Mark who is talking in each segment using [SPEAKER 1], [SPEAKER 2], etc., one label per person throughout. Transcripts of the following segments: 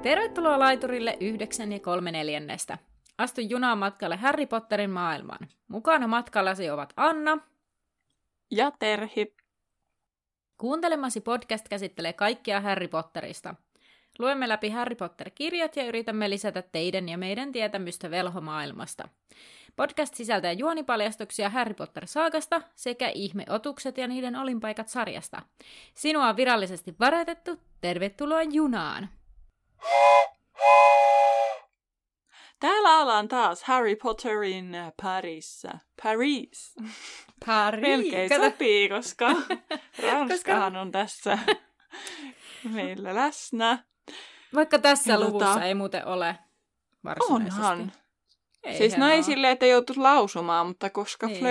[SPEAKER 1] Tervetuloa laiturille 9 3/4. Astu junaan matkalle Harry Potterin maailmaan. Mukana matkallasi ovat Anna
[SPEAKER 2] ja Terhi.
[SPEAKER 1] Kuuntelemasi podcast käsittelee kaikkia Harry Potterista. Luemme läpi Harry Potter-kirjat ja yritämme lisätä teidän ja meidän tietämystä velhomaailmasta. Podcast sisältää juonipaljastuksia Harry Potter-saagasta sekä ihmeotukset ja niiden olinpaikat sarjasta. Sinua on virallisesti varoitettu. Tervetuloa junaan!
[SPEAKER 2] Täällä ollaan taas Harry Potterin Parissa. Paris. Melkein sopii, koska Ranskahan on tässä meillä läsnä.
[SPEAKER 1] Vaikka tässä luvussa ei muuten ole varsinaisesti.
[SPEAKER 2] Onhan. Siis no ei silleen, että joutuisi lausumaan, mutta koska
[SPEAKER 1] niin.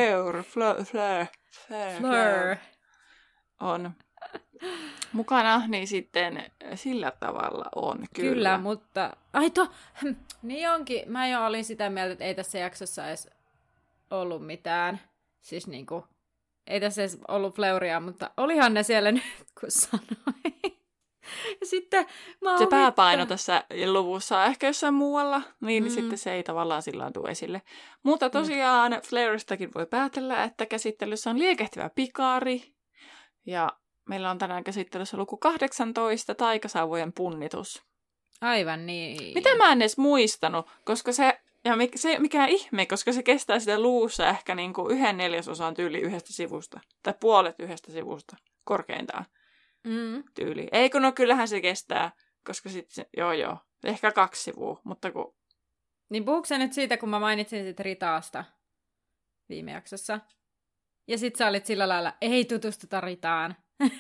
[SPEAKER 2] Fleur on mukana, niin sitten sillä tavalla on, kyllä.
[SPEAKER 1] Kyllä, mutta... niin onkin. Mä jo olin sitä mieltä, että ei tässä jaksossa edes ollut mitään. Siis niinku... Ei tässä edes ollut Fleuria, mutta olihan ne siellä nyt, kun sanoin. Ja sitten
[SPEAKER 2] se pääpaino tässä luvussa on ehkä jossain muualla, niin sitten se ei tavallaan sillä tule esille. Mutta tosiaan Fleuristakin voi päätellä, että käsittelyssä on liekehtivä pikari. Ja meillä on tänään käsittelyssä luku 18, taikasauvojen punnitus.
[SPEAKER 1] Aivan niin.
[SPEAKER 2] Mitä mä en edes muistanut, koska se mikä ihme, koska se kestää sitä luussa ehkä niin kuin 1/4 tyyli yhdestä sivusta. Tai puolet yhdestä sivusta korkeintaan. Tyyli. Ei kun no kyllähän se kestää, koska sitten joo, ehkä 2 sivua, mutta kun...
[SPEAKER 1] Niin puhuuko se nyt siitä, kun mä mainitsin siitä Ritaasta viime jaksossa? Ja sit sä olit sillä lailla, ei tutustuta Ritaan.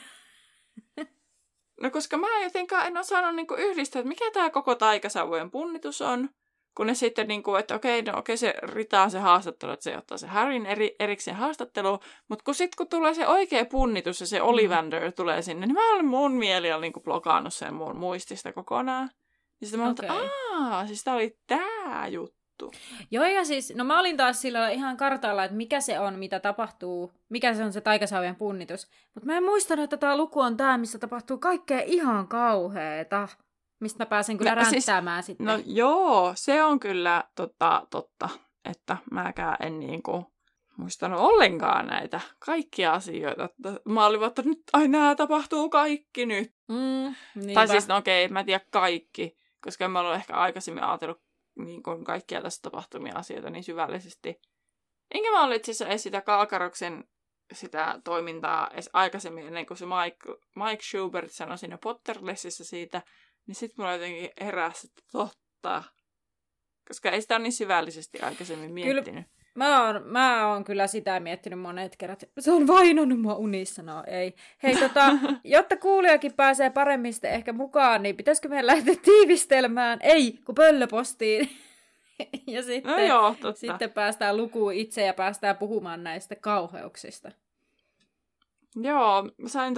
[SPEAKER 2] No koska mä jotenkaan en osannut niinku yhdistää, että mikä tää koko taikasauvojen punnitus on, kun ne sitten niinku, että okei, se Rita on se haastattelu, että se ottaa se Harryn erikseen haastatteluun, mutta kun tulee se oikea punnitus ja se Ollivander tulee sinne, niin mun mieli on niinku blokannut sen mun muistista kokonaan. Ja sitten mä olin, siis tää oli tää juttu.
[SPEAKER 1] Joo, ja siis, no mä olin taas sillä ihan kartalla, että mikä se on, mitä tapahtuu, mikä se on se taikasauvojen punnitus. Mutta mä en muistanut, että tää luku on tää, missä tapahtuu kaikkea ihan kauheeta. Mistä mä pääsen kyllä ränttäämään sitten.
[SPEAKER 2] No joo, se on kyllä totta, että mäkään en niinku muistanut ollenkaan näitä kaikkia asioita. Mä olin että nyt, nää tapahtuu kaikki nyt. Tai siis, no okei, mä en tiedä kaikki, koska en mä ollut ehkä aikaisemmin ajatellut niin kuin kaikkia tässä tapahtumia asioita niin syvällisesti. Enkä mä ollut itse asiassa edes sitä Kalkaroksen sitä toimintaa edes aikaisemmin, ennen kuin se Mike Schubert sanoi siinä Potterlessissä siitä, niin sit mulla jotenkin heräsi, että totta. Koska ei sitä ole niin syvällisesti aikaisemmin miettinyt.
[SPEAKER 1] Kyllä, mä oon kyllä sitä miettinyt monet kerrat. Se on vainonnut mua unissa, no ei. Hei, jotta kuulijakin pääsee paremmin sitten ehkä mukaan, niin pitäisikö meidän lähteä tiivistelmään? Ei, kun pöllöpostiin. Ja sitten,
[SPEAKER 2] no joo,
[SPEAKER 1] sitten päästään lukuun itse ja päästään puhumaan näistä kauheuksista.
[SPEAKER 2] Joo, mä sain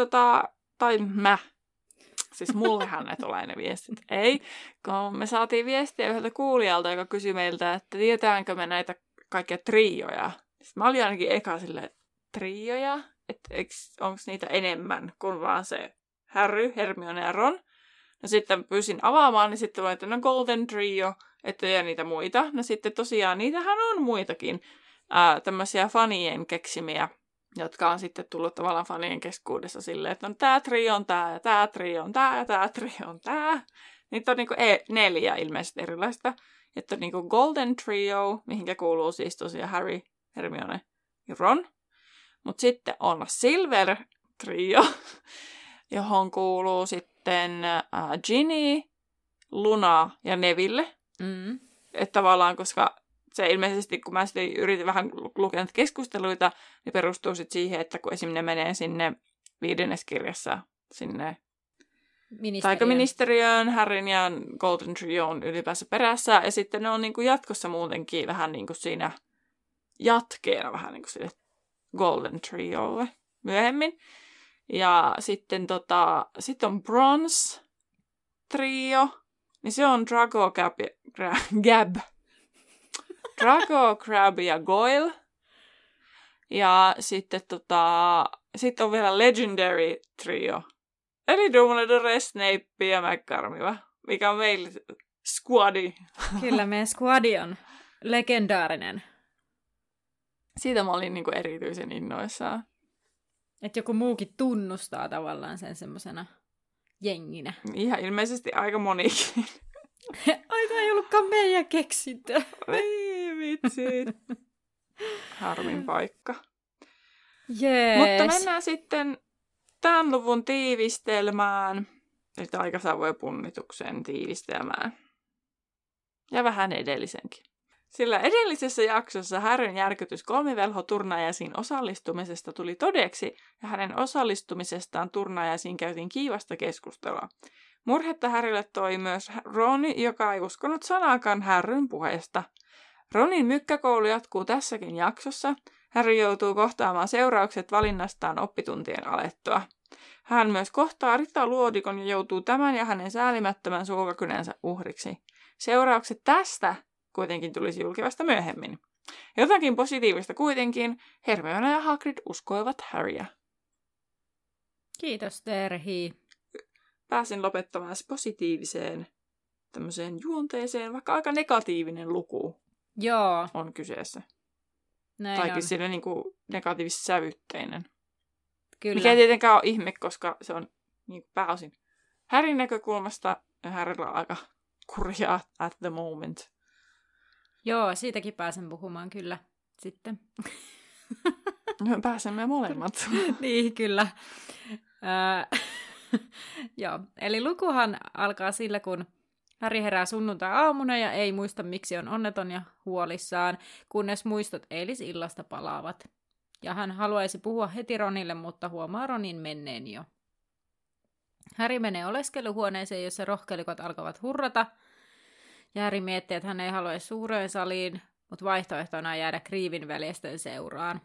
[SPEAKER 2] siis mullehan ne tulee ne viestit. Ei, kun me saatiin viestiä yhdeltä kuulijalta, joka kysyi meiltä, että tietäänkö me näitä kaikkia trioja. Sitten mä olin ainakin eka silleen, trioja? Että onko niitä enemmän kuin vaan se Harry, Hermione ja Ron? No sitten pyysin avaamaan, niin sitten luin, että no Golden Trio, että ja niitä muita. No sitten tosiaan niitähän on muitakin tämmöisiä fanien keksimiä, jotka on sitten tullut tavallaan fanien keskuudessa silleen, että no tää trio on tää, ja tää trio on tää, ja tää trio on tää. Niitä on niinku 4 ilmeisesti erilaista. Että on niinku Golden Trio, mihinkä kuuluu siis tosiaan Harry, Hermione ja Ron. Mutta sitten on Silver Trio, johon kuuluu sitten Ginny, Luna ja Neville. Että tavallaan, koska se ilmeisesti, kun mä sitten yritin vähän lukea keskusteluita, niin perustuu sitten siihen, että kun esimerkiksi ne menee sinne 5. kirjassa sinne taikaministeriöön, Harryn ja Golden Trio on ylipäänsä perässä, ja sitten ne on niin kuin jatkossa muutenkin vähän niin kuin siinä jatkeena vähän niin kuin sille Golden Triolle myöhemmin. Ja sitten sit on Bronze Trio, niin se on Drago, Crabbe ja Goyle. Ja sitten on vielä Legendary Trio. Eli Dumbledore, Snape ja McGonagall. mikä on meille squadi.
[SPEAKER 1] Kyllä, meidän squadi on legendaarinen.
[SPEAKER 2] Siitä mä olin niinku erityisen innoissaan.
[SPEAKER 1] Että joku muukin tunnustaa tavallaan sen semmosena jenginä.
[SPEAKER 2] Ihan ilmeisesti aika monikin.
[SPEAKER 1] Ai, tää ei ollutkaan meidän keksintö.
[SPEAKER 2] Ei vitsi. Harmin paikka.
[SPEAKER 1] Jees.
[SPEAKER 2] Mutta mennään sitten tämän luvun tiivistelmään. Eli taikasauvojen punnituksen tiivistelmään. Ja vähän edellisenkin. Sillä edellisessä jaksossa Harryn järkytys kolmivelhoturnajaisiin osallistumisesta tuli todeksi, ja hänen osallistumisestaan turnajaisiin käytiin kiivasta keskustelua. Murhetta Harrylle toi myös Ron, joka ei uskonut sanaakaan Harryn puheesta. Ronin mykkäkoulu jatkuu tässäkin jaksossa. Harry joutuu kohtaamaan seuraukset valinnastaan oppituntien alettua. Hän myös kohtaa Rita Luodikon ja joutuu tämän ja hänen säälimättömän sulkakynänsä uhriksi. Seuraukset tästä kuitenkin tulisi julki vasta myöhemmin. Jotakin positiivista kuitenkin, Hermione ja Hagrid uskoivat Harryä.
[SPEAKER 1] Kiitos, Terhi.
[SPEAKER 2] Pääsin lopettamaan positiiviseen tämmöiseen juonteeseen, vaikka aika negatiivinen luku
[SPEAKER 1] Joo.
[SPEAKER 2] on kyseessä.
[SPEAKER 1] Näin
[SPEAKER 2] Taikin
[SPEAKER 1] on.
[SPEAKER 2] sille niinku negatiivis-sävytteinen.
[SPEAKER 1] Kyllä.
[SPEAKER 2] Mikä ei tietenkään ole ihme, koska se on niin pääosin Harryn näkökulmasta ja Harrylla on aika kurjaa at the moment.
[SPEAKER 1] Joo, siitäkin pääsen puhumaan kyllä sitten.
[SPEAKER 2] Pääsemme molemmat.
[SPEAKER 1] Niin, kyllä. Joo, eli lukuhan alkaa sillä, kun Harry herää sunnuntai-aamuna ja ei muista, miksi on onneton ja huolissaan, kunnes muistot eilisillasta palaavat. Ja hän haluaisi puhua heti Ronille, mutta huomaa Ronin menneen jo. Harry menee oleskeluhuoneeseen, jossa rohkelikot alkavat hurrata. Ja Harry miettii, että hän ei halua suureen saliin, mutta vaihtoehtona jäädä Kriivin veljesten seuraan.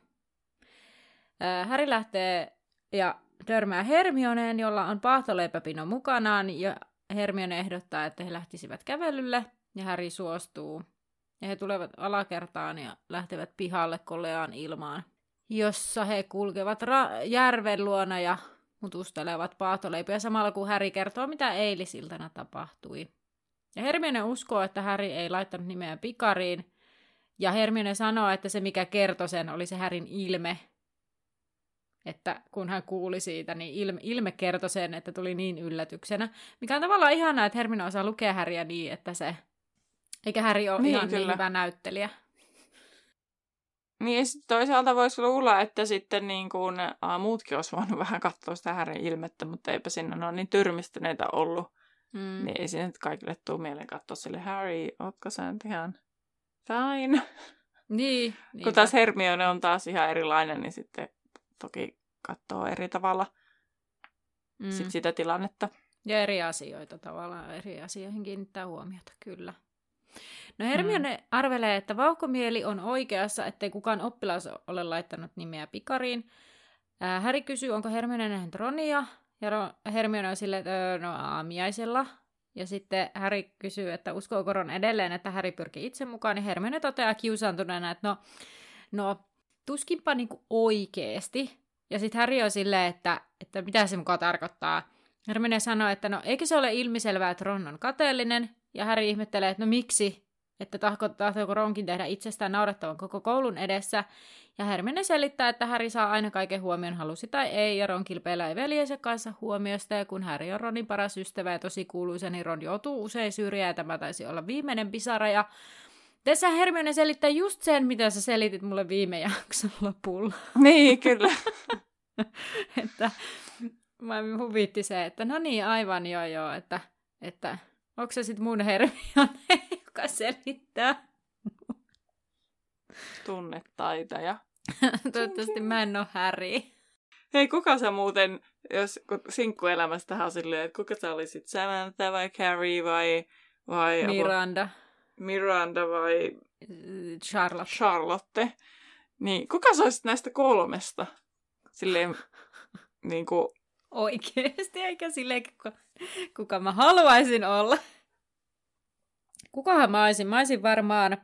[SPEAKER 1] Harry lähtee ja törmää Hermioneen, jolla on paahtoleipäpino mukanaan, ja Hermione ehdottaa, että he lähtisivät kävelylle, ja Harry suostuu. Ja he tulevat alakertaan ja lähtevät pihalle koleaan ilmaan, jossa he kulkevat järven luona ja mutustelevat paahtoleipiä samalla, kun Harry kertoo, mitä eilisiltana tapahtui. Ja Hermione uskoo, että Harry ei laittanut nimeä pikariin, ja Hermione sanoo, että se mikä kertoi sen oli se Harryn ilme, että kun hän kuuli siitä, niin ilme kertoi sen, että tuli niin yllätyksenä. Mikä on tavallaan ihanaa, että Hermione osaa lukea Harryä niin, että se... Eikä Harry ole ihan niin hyvä näyttelijä.
[SPEAKER 2] Niin, toisaalta voisi luulla, että sitten niin kuin, muutkin olisi voinut vähän katsoa sitä Harryn ilmettä, mutta eipä sinne ne ole niin tyrmistyneitä ollut. Niin ei sinne kaikille tule mieleen katsoa sille, Harry, ootko sä nyt ihan fine?
[SPEAKER 1] Niin.
[SPEAKER 2] Kun taas Hermione on taas ihan erilainen, niin sitten toki katsoo eri tavalla sit sitä tilannetta.
[SPEAKER 1] Ja eri asioita tavallaan, eri asioihin kiinnittää huomiota, kyllä. No Hermione arvelee, että vauhkomieli on oikeassa, ettei kukaan oppilas ole laittanut nimeä pikariin. Harry kysyy, onko Hermione nähnyt Ronia, ja Hermione on silleen, että no aamiaisella. Ja sitten Harry kysyy, että uskooko Ron edelleen, että Harry pyrkii itse mukaan, ja Hermione toteaa kiusaantuneena, että no tuskinpa niinku oikeesti. Ja sitten Harry on silleen, että mitä se mukaan tarkoittaa. Hermione sanoo, että no eikö se ole ilmiselvää, että Ron on kateellinen, ja Harry ihmettelee, että no miksi, että tahtoiko Ronkin tehdä itsestään naurettavan koko koulun edessä. Ja Hermione selittää, että Harry saa aina kaiken huomion, halusi tai ei, ja Ron kilpeilee veljensä kanssa huomiosta, ja kun Harry on Ronin paras ystävä ja tosi kuuluisa, niin Ron joutuu usein syrjään, ja tämä taisi olla viimeinen pisara, ja tässä Hermione selittää just sen, mitä sä selitit mulle viime jakson lopulla.
[SPEAKER 2] Niin, kyllä.
[SPEAKER 1] Että mä huvitti se, että no niin, aivan joo, että onko se sit mun Hermione, joka selittää?
[SPEAKER 2] Tunnetaitaja.
[SPEAKER 1] Toivottavasti mä en oo Harry.
[SPEAKER 2] Hei, kuka sä muuten, jos sinkkuelämästähän on silleen, että kuka sä olisit, Samantha vai Carrie vai Miranda vai Charlotte. Niin, kuka sä olisit näistä kolmesta? Silleen, niinku...
[SPEAKER 1] Oikeesti, eikä silleen, kuka mä haluaisin olla. Kukahan mä olisin? Mä olisin varmaan...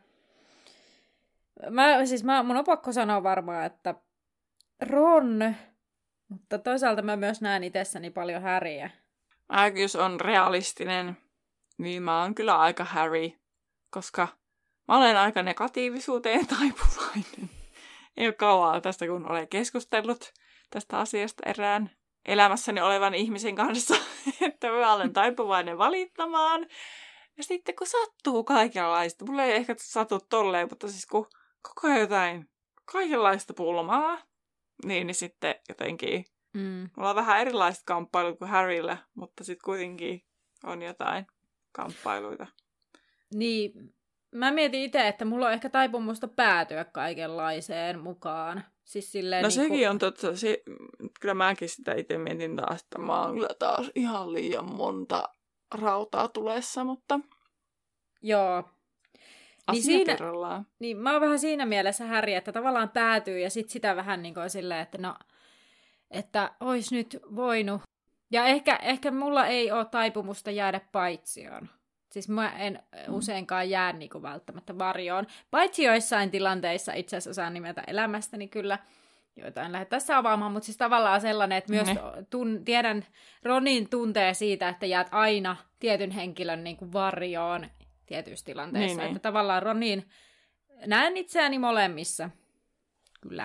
[SPEAKER 1] Mun on pakko sanoa varmaan, että Ron, mutta toisaalta mä myös näen itsessäni paljon Harryä.
[SPEAKER 2] Jos on realistinen, niin mä oon kyllä aika Harry, koska mä olen aika negatiivisuuteen taipuvainen. Ei ole kauan tästä, kun olen keskustellut tästä asiasta erään elämässäni olevan ihmisen kanssa, että mä olen taipuvainen valittamaan. Ja sitten kun sattuu kaikenlaista, mulle ei ehkä satu tolleen, mutta siis kun koko ajan jotain kaikenlaista pulmaa, niin sitten jotenkin mulla on vähän erilaiset kamppailut kuin Harryllä, mutta sitten kuitenkin on jotain kamppailuita.
[SPEAKER 1] Niin, mä mietin itse, että mulla on ehkä taipumusta päätyä kaikenlaiseen mukaan. Siis silleen
[SPEAKER 2] no
[SPEAKER 1] niin
[SPEAKER 2] sekin on totta. Kyllä mäkin sitä itse mietin taas, että mä oon kyllä taas ihan liian monta rautaa tulessa, mutta
[SPEAKER 1] joo.
[SPEAKER 2] Niin kerrallaan.
[SPEAKER 1] Niin mä oon vähän siinä mielessä Harry, että tavallaan päätyy ja sit sitä vähän niin kuin silleen, että no, että ois nyt voinut. Ja ehkä mulla ei ole taipumusta jäädä paitsioon. Siis mä en useinkaan jää niin kuin välttämättä varjoon. Paitsi joissain tilanteissa itse asiassa osaan nimetä elämästäni kyllä, joita en lähde tässä avaamaan, mutta siis tavallaan sellainen, että myös tiedän Ronin tuntee siitä, että jäät aina tietyn henkilön niin kuin varjoon tietyissä tilanteissa. Että tavallaan Ronin näen itseäni molemmissa. Kyllä.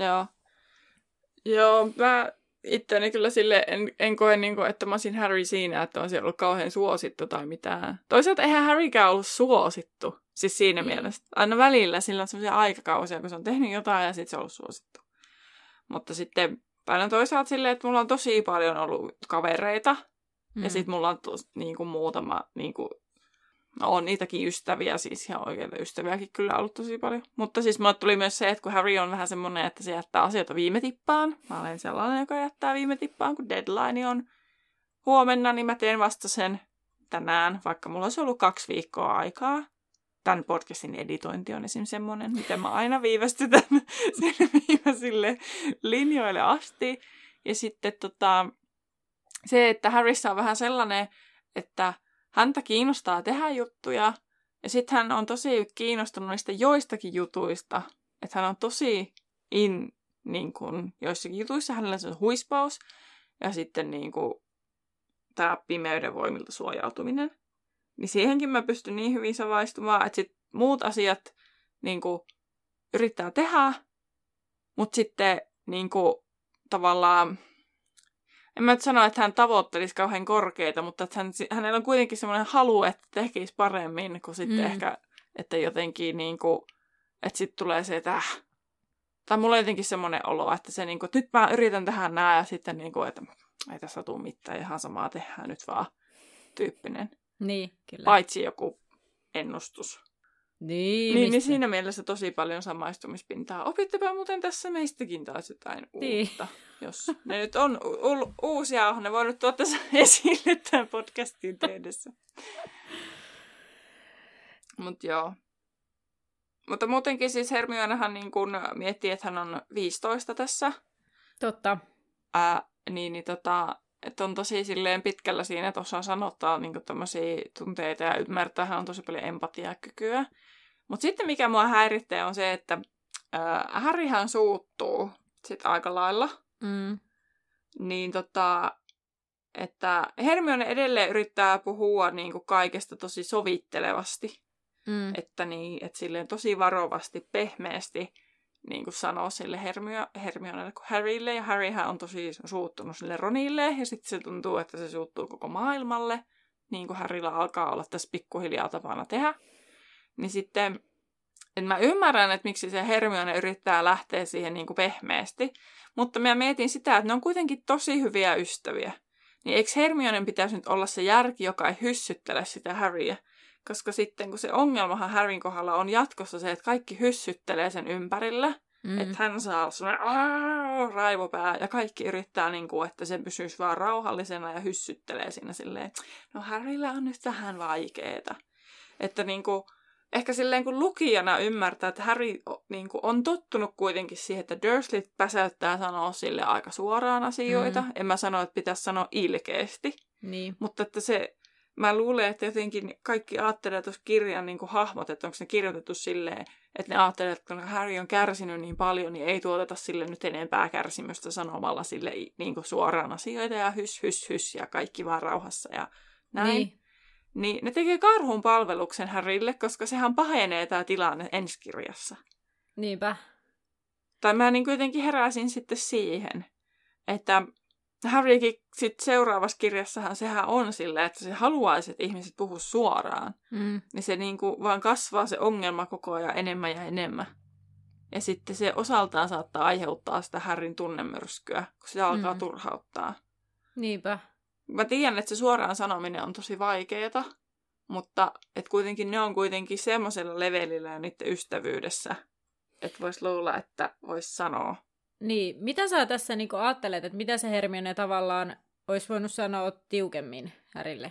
[SPEAKER 2] Joo, mä itseäni kyllä sille en koe, niin kuin, että mä olisin Harry siinä, että on ollut kauhean suosittu tai mitään. Toisaalta eihän Harrykään ollut suosittu. Siis siinä mielessä. Aina välillä sillä on sellaisia aikakausia, kun se on tehnyt jotain ja sitten se on ollut suosittu. Mutta sitten päivän toisaalta silleen, että mulla on tosi paljon ollut kavereita. Ja sitten mulla on niin kuin muutama, niin kuin, on niitäkin ystäviä, siis ihan oikeita ystäviäkin kyllä ollut tosi paljon. Mutta siis mulle tuli myös se, että kun Harry on vähän semmoinen, että se jättää asioita viime tippaan. Mä olen sellainen, joka jättää viime tippaan, kun deadline on huomenna, niin mä teen vasta sen tänään, vaikka mulla olisi ollut 2 viikkoa aikaa. Tämän podcastin editointi on esimerkiksi semmoinen, mitä mä aina viivästytän sinne viimeisille linjoille asti. Ja sitten se, että Harryssä on vähän sellainen, että häntä kiinnostaa tehdä juttuja, ja sitten hän on tosi kiinnostunut niistä joistakin jutuista. Että hän on tosi niin kuin, joissakin jutuissa hänellä on se huispaus, ja sitten niin kuin, tämä pimeyden voimilta suojautuminen. Niin siihenkin mä pystyn niin hyvin savaistumaan, että sit muut asiat niin kuin, yrittää tehdä, mutta sitten niin kuin, tavallaan en mä nyt sano, että hän tavoittelisi kauhean korkeita, mutta että hänellä on kuitenkin semmoinen halu, että tekisi paremmin, kuin sitten ehkä, että jotenkin niinku, että sitten tulee se, että tai mulla on jotenkin semmoinen olo, että se niinku, että nyt mä yritän tehdä nää ja sitten niinku, että ei tässä tule mitään, ihan samaa tehdään nyt vaan tyyppinen.
[SPEAKER 1] Niin, kyllä.
[SPEAKER 2] Paitsi joku ennustus.
[SPEAKER 1] Niin
[SPEAKER 2] siinä mielessä tosi paljon samaistumispintaa. Opittepä muuten tässä meistäkin taas jotain uutta. Jos ne nyt on uusia, on ne voinut tuoda tässä esille tämän podcastin tehdessä. Mutta muutenkin siis Hermionehan niin kun miettii, että hän on 15 tässä.
[SPEAKER 1] Totta.
[SPEAKER 2] Että on tosi silleen pitkällä siinä, että osaa sanottaa niin tämmöisiä tunteita ja ymmärtää, hän on tosi paljon empatiakykyä. Mutta sitten mikä mua häiritsee on se, että Harryhän suuttuu sit aika lailla. Niin että Hermione edelleen yrittää puhua niin kuin kaikesta tosi sovittelevasti. Että silleen tosi varovasti, pehmeästi niin kuin sanoo sille Hermionelle kuin Harrylle. Ja Harryhän on tosi suuttunut sille Ronille. Ja sitten se tuntuu, että se suuttuu koko maailmalle. Niin kuin Harrylla alkaa olla tässä pikkuhiljaa tapana tehdä. Niin sitten, että mä ymmärrän, että miksi se Hermione yrittää lähteä siihen niin kuin pehmeästi. Mutta mä mietin sitä, että ne on kuitenkin tosi hyviä ystäviä. Niin eikö Hermionen pitäisi nyt olla se järki, joka ei hyssyttele sitä Harryä? Koska sitten, kun se ongelmahan Harryn kohdalla on jatkossa se, että kaikki hyssyttelee sen ympärillä. Että hän saa sellainen raivopää ja kaikki yrittää, niin kuin, että se pysyisi vaan rauhallisena ja hyssyttelee siinä silleen, no Harryllä on nyt vähän vaikeeta. Että niin kuin, ehkä silleen kun lukijana ymmärtää, että Harry niin kuin, on tottunut kuitenkin siihen, että Dursleyt päsäyttää sanoa sille aika suoraan asioita. En mä sano, että pitäisi sanoa ilkeästi.
[SPEAKER 1] Niin.
[SPEAKER 2] Mutta että mä luulen, että jotenkin kaikki ajattelee tuossa kirjan niin kuin hahmot, että onko ne kirjoitettu silleen, että ne ajattelee, että kun Harry on kärsinyt niin paljon, niin ei tuoteta sille nyt enempää kärsimystä sanomalla sille niin kuin suoraan asioita ja hys ja kaikki vaan rauhassa ja näin. niin ne tekee karhun palveluksen Harrylle, koska sehän pahenee tämä tilanne ensi kirjassa.
[SPEAKER 1] Niinpä.
[SPEAKER 2] Tai mä niin jotenkin heräsin sitten siihen, että Harrykin sitten seuraavassa kirjassahan sehän on silleen, että se haluaisi, että ihmiset puhuu suoraan. Niin se niin kuin vaan kasvaa se ongelma koko ajan enemmän ja enemmän. Ja sitten se osaltaan saattaa aiheuttaa sitä Harryn tunnemyrskyä, kun sitä alkaa turhauttaa.
[SPEAKER 1] Niinpä.
[SPEAKER 2] Mä tiedän, että se suoraan sanominen on tosi vaikeeta, mutta että kuitenkin ne on kuitenkin semmoisella levelillä ja niiden ystävyydessä, että vois luulla, että vois sanoa.
[SPEAKER 1] Niin, mitä sä tässä niinku ajattelet, että mitä se Hermione tavallaan olisi voinut sanoa tiukemmin Harrylle?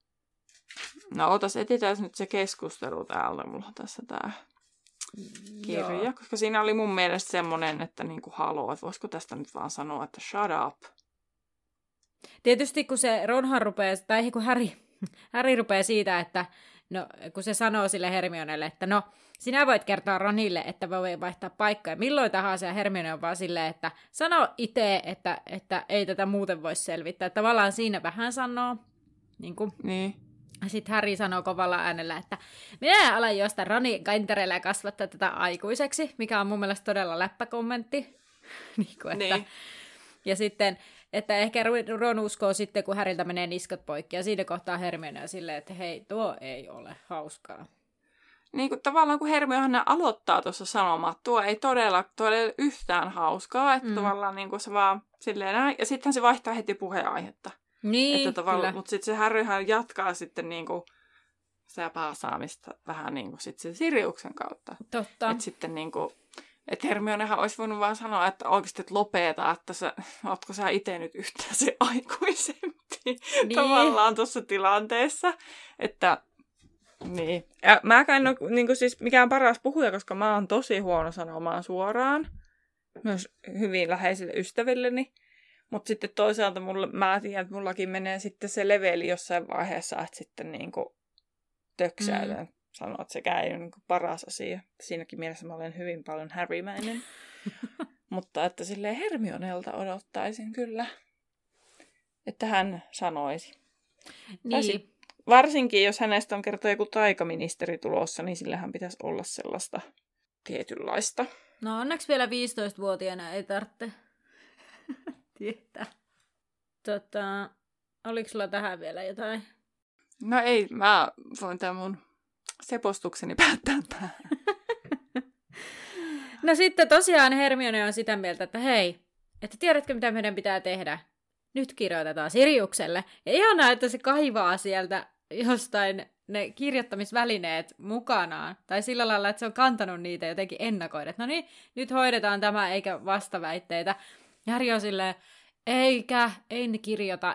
[SPEAKER 2] No otas, etsitään nyt se keskustelu täältä. Mulla on tässä tää kirja, joo. Koska siinä oli mun mielestä semmoinen, että niinku haloo, että voisiko tästä nyt vaan sanoa, että shut up.
[SPEAKER 1] Tietysti kun se Ronhan rupeaa, tai kun Harry rupeaa siitä, että no, kun se sanoo sille Hermionelle, että no, sinä voit kertoa Ronille, että voi vaihtaa paikkaa. Milloin tahansa ja Hermione on vaan silleen, että sano itse, että ei tätä muuten voi selvittää. Tavallaan siinä vähän sanoo. Niin. Sitten Harry sanoo kovalla äänellä, että minä alan juosta Ronin kantareilla ja kasvattaa tätä aikuiseksi, mikä on mun mielestä todella läppäkommentti.
[SPEAKER 2] Niin.
[SPEAKER 1] Ja sitten, että ehkä Ron uskoo sitten, kun Harryltä menee niskat poikki, ja siinä kohtaa Hermione on silleen, että hei, tuo ei ole hauskaa.
[SPEAKER 2] Niin kuin tavallaan, kun Hermione aloittaa tuossa sanomaan, että tuo ei ole yhtään hauskaa, että tavallaan niin kuin se vaan silleen näin, ja sittenhän se vaihtaa heti puheenaihetta.
[SPEAKER 1] Niin,
[SPEAKER 2] kyllä. Mutta sitten se Harryhän jatkaa sitten niin kuin sitä paasaamista vähän niin kuin sitten sen Siriuksen kautta.
[SPEAKER 1] Totta.
[SPEAKER 2] Että sitten niin kuin, että Hermionehan olisi voinut vaan sanoa, että oikeasti et lopeta, että ootko sä itse nyt yhtään se aikuisempi niin. Tavallaan tuossa tilanteessa. Että niin. Ja mäkään en ole niin siis mikään paras puhuja, koska mä oon tosi huono sanomaan suoraan. Myös hyvin läheisille ystävilleni. Mutta sitten toisaalta mä tiedän, että mullakin menee sitten se leveli jossain vaiheessa, että sitten niinku töksäytän. Sanoa, että sekään ei ole niin paras asia. Siinäkin mielessä mä olen hyvin paljon Harrymäinen. Mutta että silleen Hermionelta odottaisin kyllä, että hän sanoisi.
[SPEAKER 1] Niin.
[SPEAKER 2] Varsinkin, jos hänestä on kerta joku taikaministeri tulossa, niin sillähän pitäisi olla sellaista tietynlaista.
[SPEAKER 1] No onneksi vielä 15-vuotiaana ei tarvitse tietää. Oliko sulla tähän vielä jotain?
[SPEAKER 2] No ei, mä voin tämän mun sepostukseni päättää tähän.
[SPEAKER 1] No sitten tosiaan Hermione on sitä mieltä, että hei, että tiedätkö mitä meidän pitää tehdä? Nyt kirjoitetaan Siriukselle. Ja ihanaa, että se kaivaa sieltä jostain ne kirjoittamisvälineet mukanaan. Tai sillä lailla, että se on kantanut niitä jotenkin ennakoida. No niin, nyt hoidetaan tämä eikä vastaväitteitä. Ja Harry on silleen, ei ne kirjoita,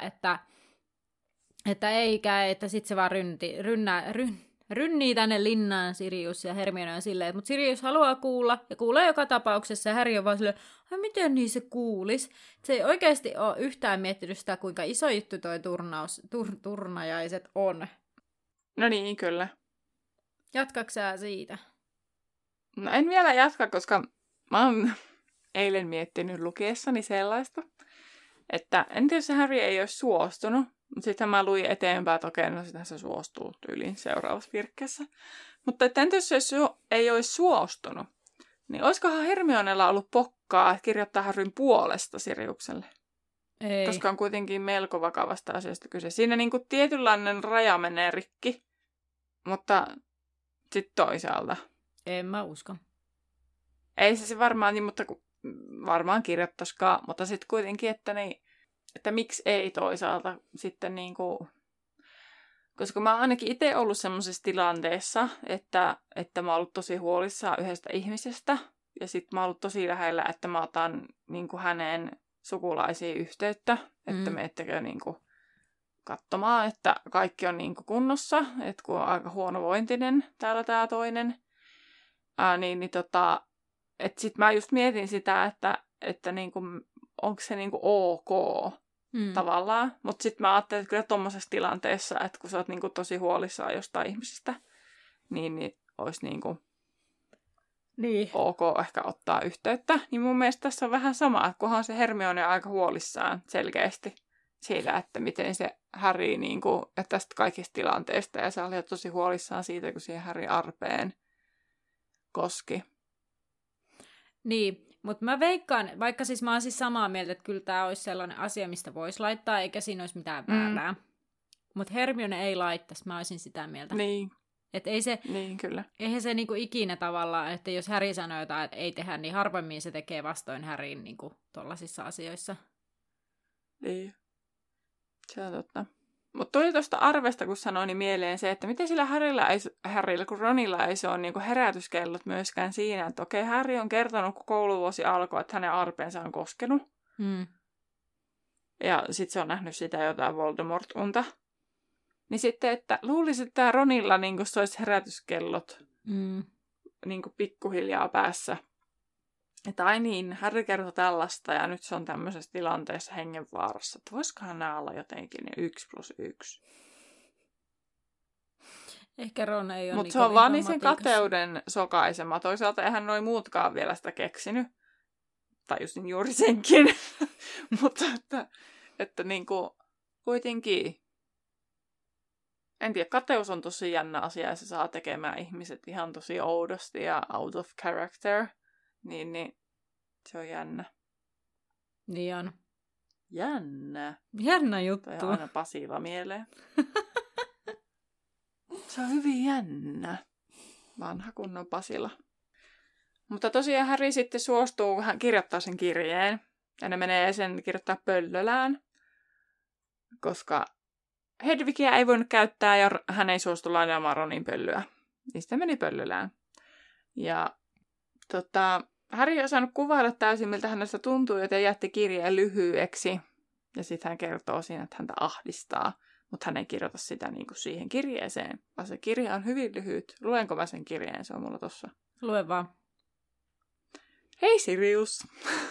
[SPEAKER 1] että sit se vaan rynnii tänne linnaan Sirius ja Hermione on silleen, mutta Sirius haluaa kuulla ja kuulee joka tapauksessa ja Harry on vaan silleen, miten niin se kuulis? Se ei oikeasti ole yhtään miettinyt sitä, kuinka iso juttu toi turnajaiset on.
[SPEAKER 2] No niin, kyllä.
[SPEAKER 1] Jatkatko sä siitä?
[SPEAKER 2] No en vielä jatka, koska mä oon eilen miettinyt lukiessani sellaista, että en tiedä, jos se Harry ei olisi suostunut. Mutta sitten mä luin eteenpäin, että okei, no sitä se suostuu tyyliin seuraavassa virkkeessä. Mutta entä jos se ei olisi suostunut, niin olisikohan Hermionella ollut pokkaa kirjoittaa Harryn puolesta Siriukselle?
[SPEAKER 1] Ei.
[SPEAKER 2] Koska on kuitenkin melko vakavasta asiasta kyse. Siinä niinku tietynlainen raja menee rikki, mutta sitten toisaalta.
[SPEAKER 1] En mä usko.
[SPEAKER 2] Ei se varmaan niin, mutta varmaan kirjoittaisikaan, mutta sitten kuitenkin, että miksi ei toisaalta sitten niinku, koska mä oon ainakin itse ollut semmoisessa tilanteessa, että mä oon ollut tosi huolissaan yhdestä ihmisestä ja sitten mä oon ollut tosi lähellä, että mä otan niinku hänen sukulaisiin yhteyttä, että meettekö niinku katsomaan, että kaikki on niinku kunnossa, että kun on aika huonovointinen täällä tää toinen, että sit mä just mietin sitä, että niinku, onko se niinku ok tavallaan. Mutta sitten mä ajattelin, että kyllä tommosessa tilanteessa, että kun sä oot niinku tosi huolissaan jostain ihmisestä, niin olisi niinku ok ehkä ottaa yhteyttä. Niin mun mielestä tässä on vähän sama, että kunhan se Hermione on aika huolissaan selkeästi siitä, että miten se Harry niinku, että tästä kaikista tilanteista. Ja se oli tosi huolissaan siitä, kun siihen Harry arpeen koski.
[SPEAKER 1] Niin, mutta mä veikkaan, vaikka siis mä oon siis samaa mieltä, että kyllä tää olisi sellainen asia, mistä voisi laittaa, eikä siinä olisi mitään väärää. Mutta Hermione ei laittaisi, mä olisin sitä mieltä.
[SPEAKER 2] Niin.
[SPEAKER 1] Että ei se,
[SPEAKER 2] niin, kyllä.
[SPEAKER 1] Eihän se niinku ikinä tavallaan, että jos Harry sanoo jotain, että ei tehdä, niin harvemmin se tekee vastoin Harryn niinku tollasissa asioissa.
[SPEAKER 2] Niin. Se on totta. Mutta tuli tuosta arvesta, kun sanoin, niin mieleen se, että miten sillä Harrylla kun Ronilla ei se ole niinku herätyskellot myöskään siinä, että okei, Harry on kertonut, kun kouluvuosi alkoi, että hänen arpeensa on koskenut. Ja sitten se on nähnyt sitä jotain Voldemort-unta. Niin sitten, että luulisin, että tämä Ronilla niinku se olisi herätyskellot niinku pikkuhiljaa päässä. Että ai niin, Harry kertoi tällaista ja nyt se on tämmöisessä tilanteessa hengenvaarassa. Että voisikohan nämä olla jotenkin 1+1?
[SPEAKER 1] Ehkä Ron ei ole.
[SPEAKER 2] Mutta se on vaan niin sen kateuden sokaisema. Toisaalta eihän noi muutkaan vielä sitä keksinyt. Tajusin juuri senkin. Mutta että niinku kuitenkin. En tiedä, kateus on tosi jännä asia ja se saa tekemään ihmiset ihan tosi oudosti ja out of character. Niin se on jännä.
[SPEAKER 1] Niin on.
[SPEAKER 2] Jännä.
[SPEAKER 1] Jännä juttu.
[SPEAKER 2] Tai aina Pasila mieleen. Se on hyvin jännä. Vanha kunnon Pasila. Mutta tosiaan Harry sitten suostuu, hän kirjoittaa sen kirjeen. Ja ne menee sen kirjoittaa Pöllölään. Koska Hedvigia ei voinut käyttää ja hän ei suostu lainaamaan Ronin pölyä. Niin sitten meni Pöllölään. Ja Harry ei osannut kuvailla täysin, miltä hänestä tuntuu, joten jätti kirjeen lyhyeksi. Ja sitten hän kertoo siinä, että häntä ahdistaa. Mutta hän ei kirjoita sitä niinku siihen kirjeeseen. Vaan se kirja on hyvin lyhyt. Luenko mä sen kirjeen? Se on mulla tossa.
[SPEAKER 1] Lue vaan.
[SPEAKER 2] Hei Sirius!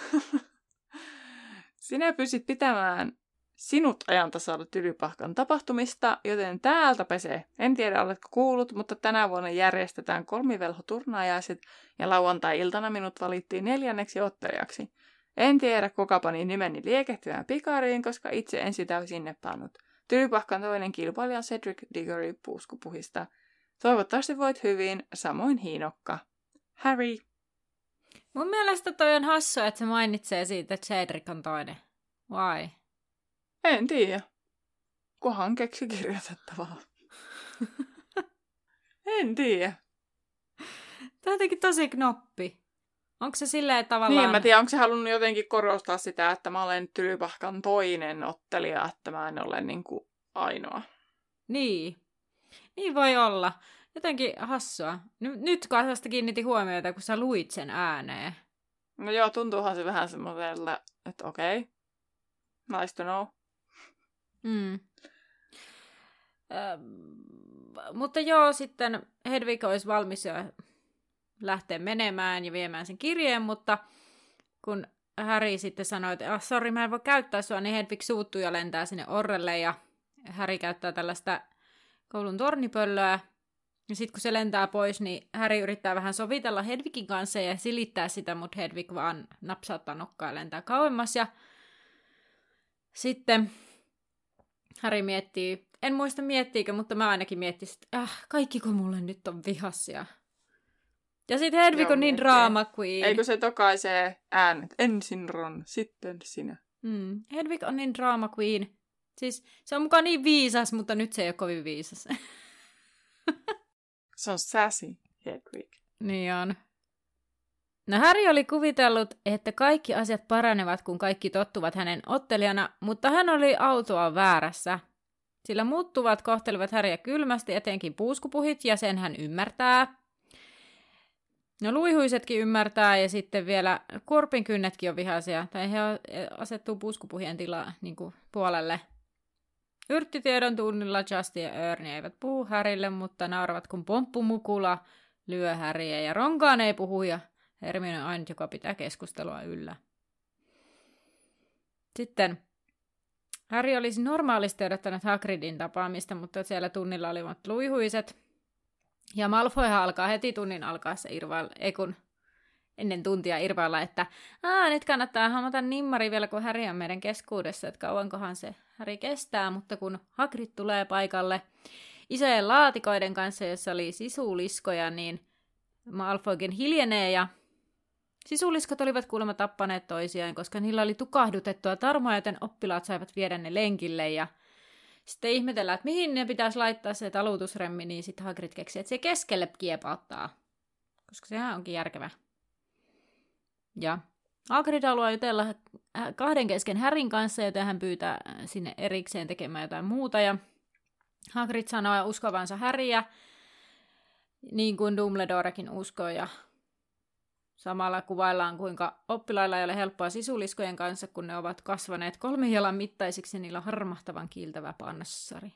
[SPEAKER 2] Sinä pysit pitämään sinut ajantasalla Tylypahkan tapahtumista, joten täältäpä se. En tiedä, oletko kuullut, mutta tänä vuonna järjestetään kolmivelhoturnajaiset ja lauantai-iltana minut valittiin 4. ottelijaksi. En tiedä, kuka pani nimeni liekehtivään pikariin, koska itse en sitä sinne pannut. Tylypahkan toinen kilpailija on Cedric Diggory puuskupuhista. Toivottavasti voit hyvin, samoin Hiinokka. Harry.
[SPEAKER 1] Mun mielestä toi on hassua, että se mainitsee siitä, että Cedric on toinen. Why?
[SPEAKER 2] En tiedä. Kohan keksi kirjoitettavaa. En tiedä.
[SPEAKER 1] Tämä on jotenkin tosi knoppi. Onko se silleen tavallaan...
[SPEAKER 2] Niin, mä tiedän, onko se halunnut jotenkin korostaa sitä, että mä olen Tylypahkan toinen ottelija, että mä en ole niin kuin ainoa.
[SPEAKER 1] Niin. Niin voi olla. Jotenkin hassua. Nyt vasta kiinnitin huomiota, kun sä luit sen ääneen.
[SPEAKER 2] No joo, tuntuuhan se vähän semmoisella, että okei. Nice to know.
[SPEAKER 1] Mutta joo, sitten Hedvig olisi valmis jo lähteä menemään ja viemään sen kirjeen, mutta kun Harry sitten sanoi, että sori, mä en voi käyttää sua, niin Hedvig suuttuu ja lentää sinne orrelle ja Harry käyttää tällaista koulun tornipöllöä. Ja sitten kun se lentää pois, niin Harry yrittää vähän sovitella Hedvigin kanssa ja silittää sitä, mutta Hedvig vaan napsauttaa nokkaa ja lentää kauemmas. Ja sitten Harry miettii, en muista miettiikö, mutta mä ainakin miettisin, että kaikkiko mulle nyt on vihassia. Ja sitten Hedvig on niin drama queen.
[SPEAKER 2] Eikö se tokaisee äänet? Ensin Ron, sitten sinä.
[SPEAKER 1] Hedvig on niin drama queen. Siis se on mukaan niin viisas, mutta nyt se ei ole kovin viisas.
[SPEAKER 2] Se on sassy Hedvig.
[SPEAKER 1] Niin on. No Harry oli kuvitellut, että kaikki asiat paranevat, kun kaikki tottuvat hänen ottelijana, mutta hän oli autoa väärässä. Sillä muuttuvat kohtelivat Harryä kylmästi, etenkin puuskupuhit, ja sen hän ymmärtää. No luihuisetkin ymmärtää, ja sitten vielä korpinkynnetkin on vihaisia, tai he asettuu puuskupuhien puolelle. Yrttitiedon tunnilla Justin ja Ernie eivät puhu Harrylle, mutta nauravat kun pomppumukula lyö Harryä, ja Ronkaan ei puhu, ja Hermione on ainut, joka pitää keskustelua yllä. Sitten Harry olisi normaalisti odottanut Hagridin tapaamista, mutta siellä tunnilla olivat luihuiset. Ja Malfoyhan alkaa heti tunnin alkaessa ennen tuntia irvailla, että nyt kannattaa hammata nimmari vielä, kun Harry on meidän keskuudessa, että kauankohan se Harry kestää, mutta kun Hagrid tulee paikalle isojen laatikoiden kanssa, jossa oli sisuliskoja, niin Malfoykin hiljenee ja sisuliskot olivat kuulemma tappaneet toisiaan, koska niillä oli tukahdutettua tarmoa, joten oppilaat saivat viedä ne lenkille ja sitten ihmetellään, että mihin ne pitäisi laittaa se talutusremmi, niin sitten Hagrid keksi, että se keskelle kiepauttaa, koska sehän onkin järkevä. Ja Hagrid haluaa jutella kahden kesken Harryn kanssa, joten hän pyytää sinne erikseen tekemään jotain muuta. Ja Hagrid sanoo uskovansa Harryä, niin kuin Dumbledorekin uskoo. Ja samalla kuvaillaan, kuinka oppilailla ei ole helppoa sisuliskojen kanssa, kun ne ovat kasvaneet 3 jalan mittaisiksi ja niillä on harmahtavan kiiltävä panssari.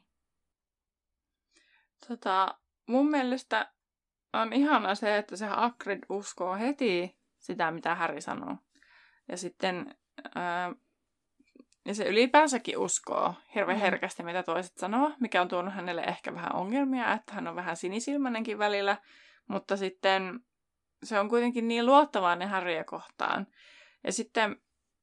[SPEAKER 2] Mun mielestä on ihana se, että se Hagrid uskoo heti sitä, mitä Harry sanoo. Ja sitten ja se ylipäänsäkin uskoo hirveän herkästi, mitä toiset sanoo, mikä on tuonut hänelle ehkä vähän ongelmia, että hän on vähän sinisilmäinenkin välillä, mutta sitten se on kuitenkin niin luottavainen Harryä kohtaan. Ja sitten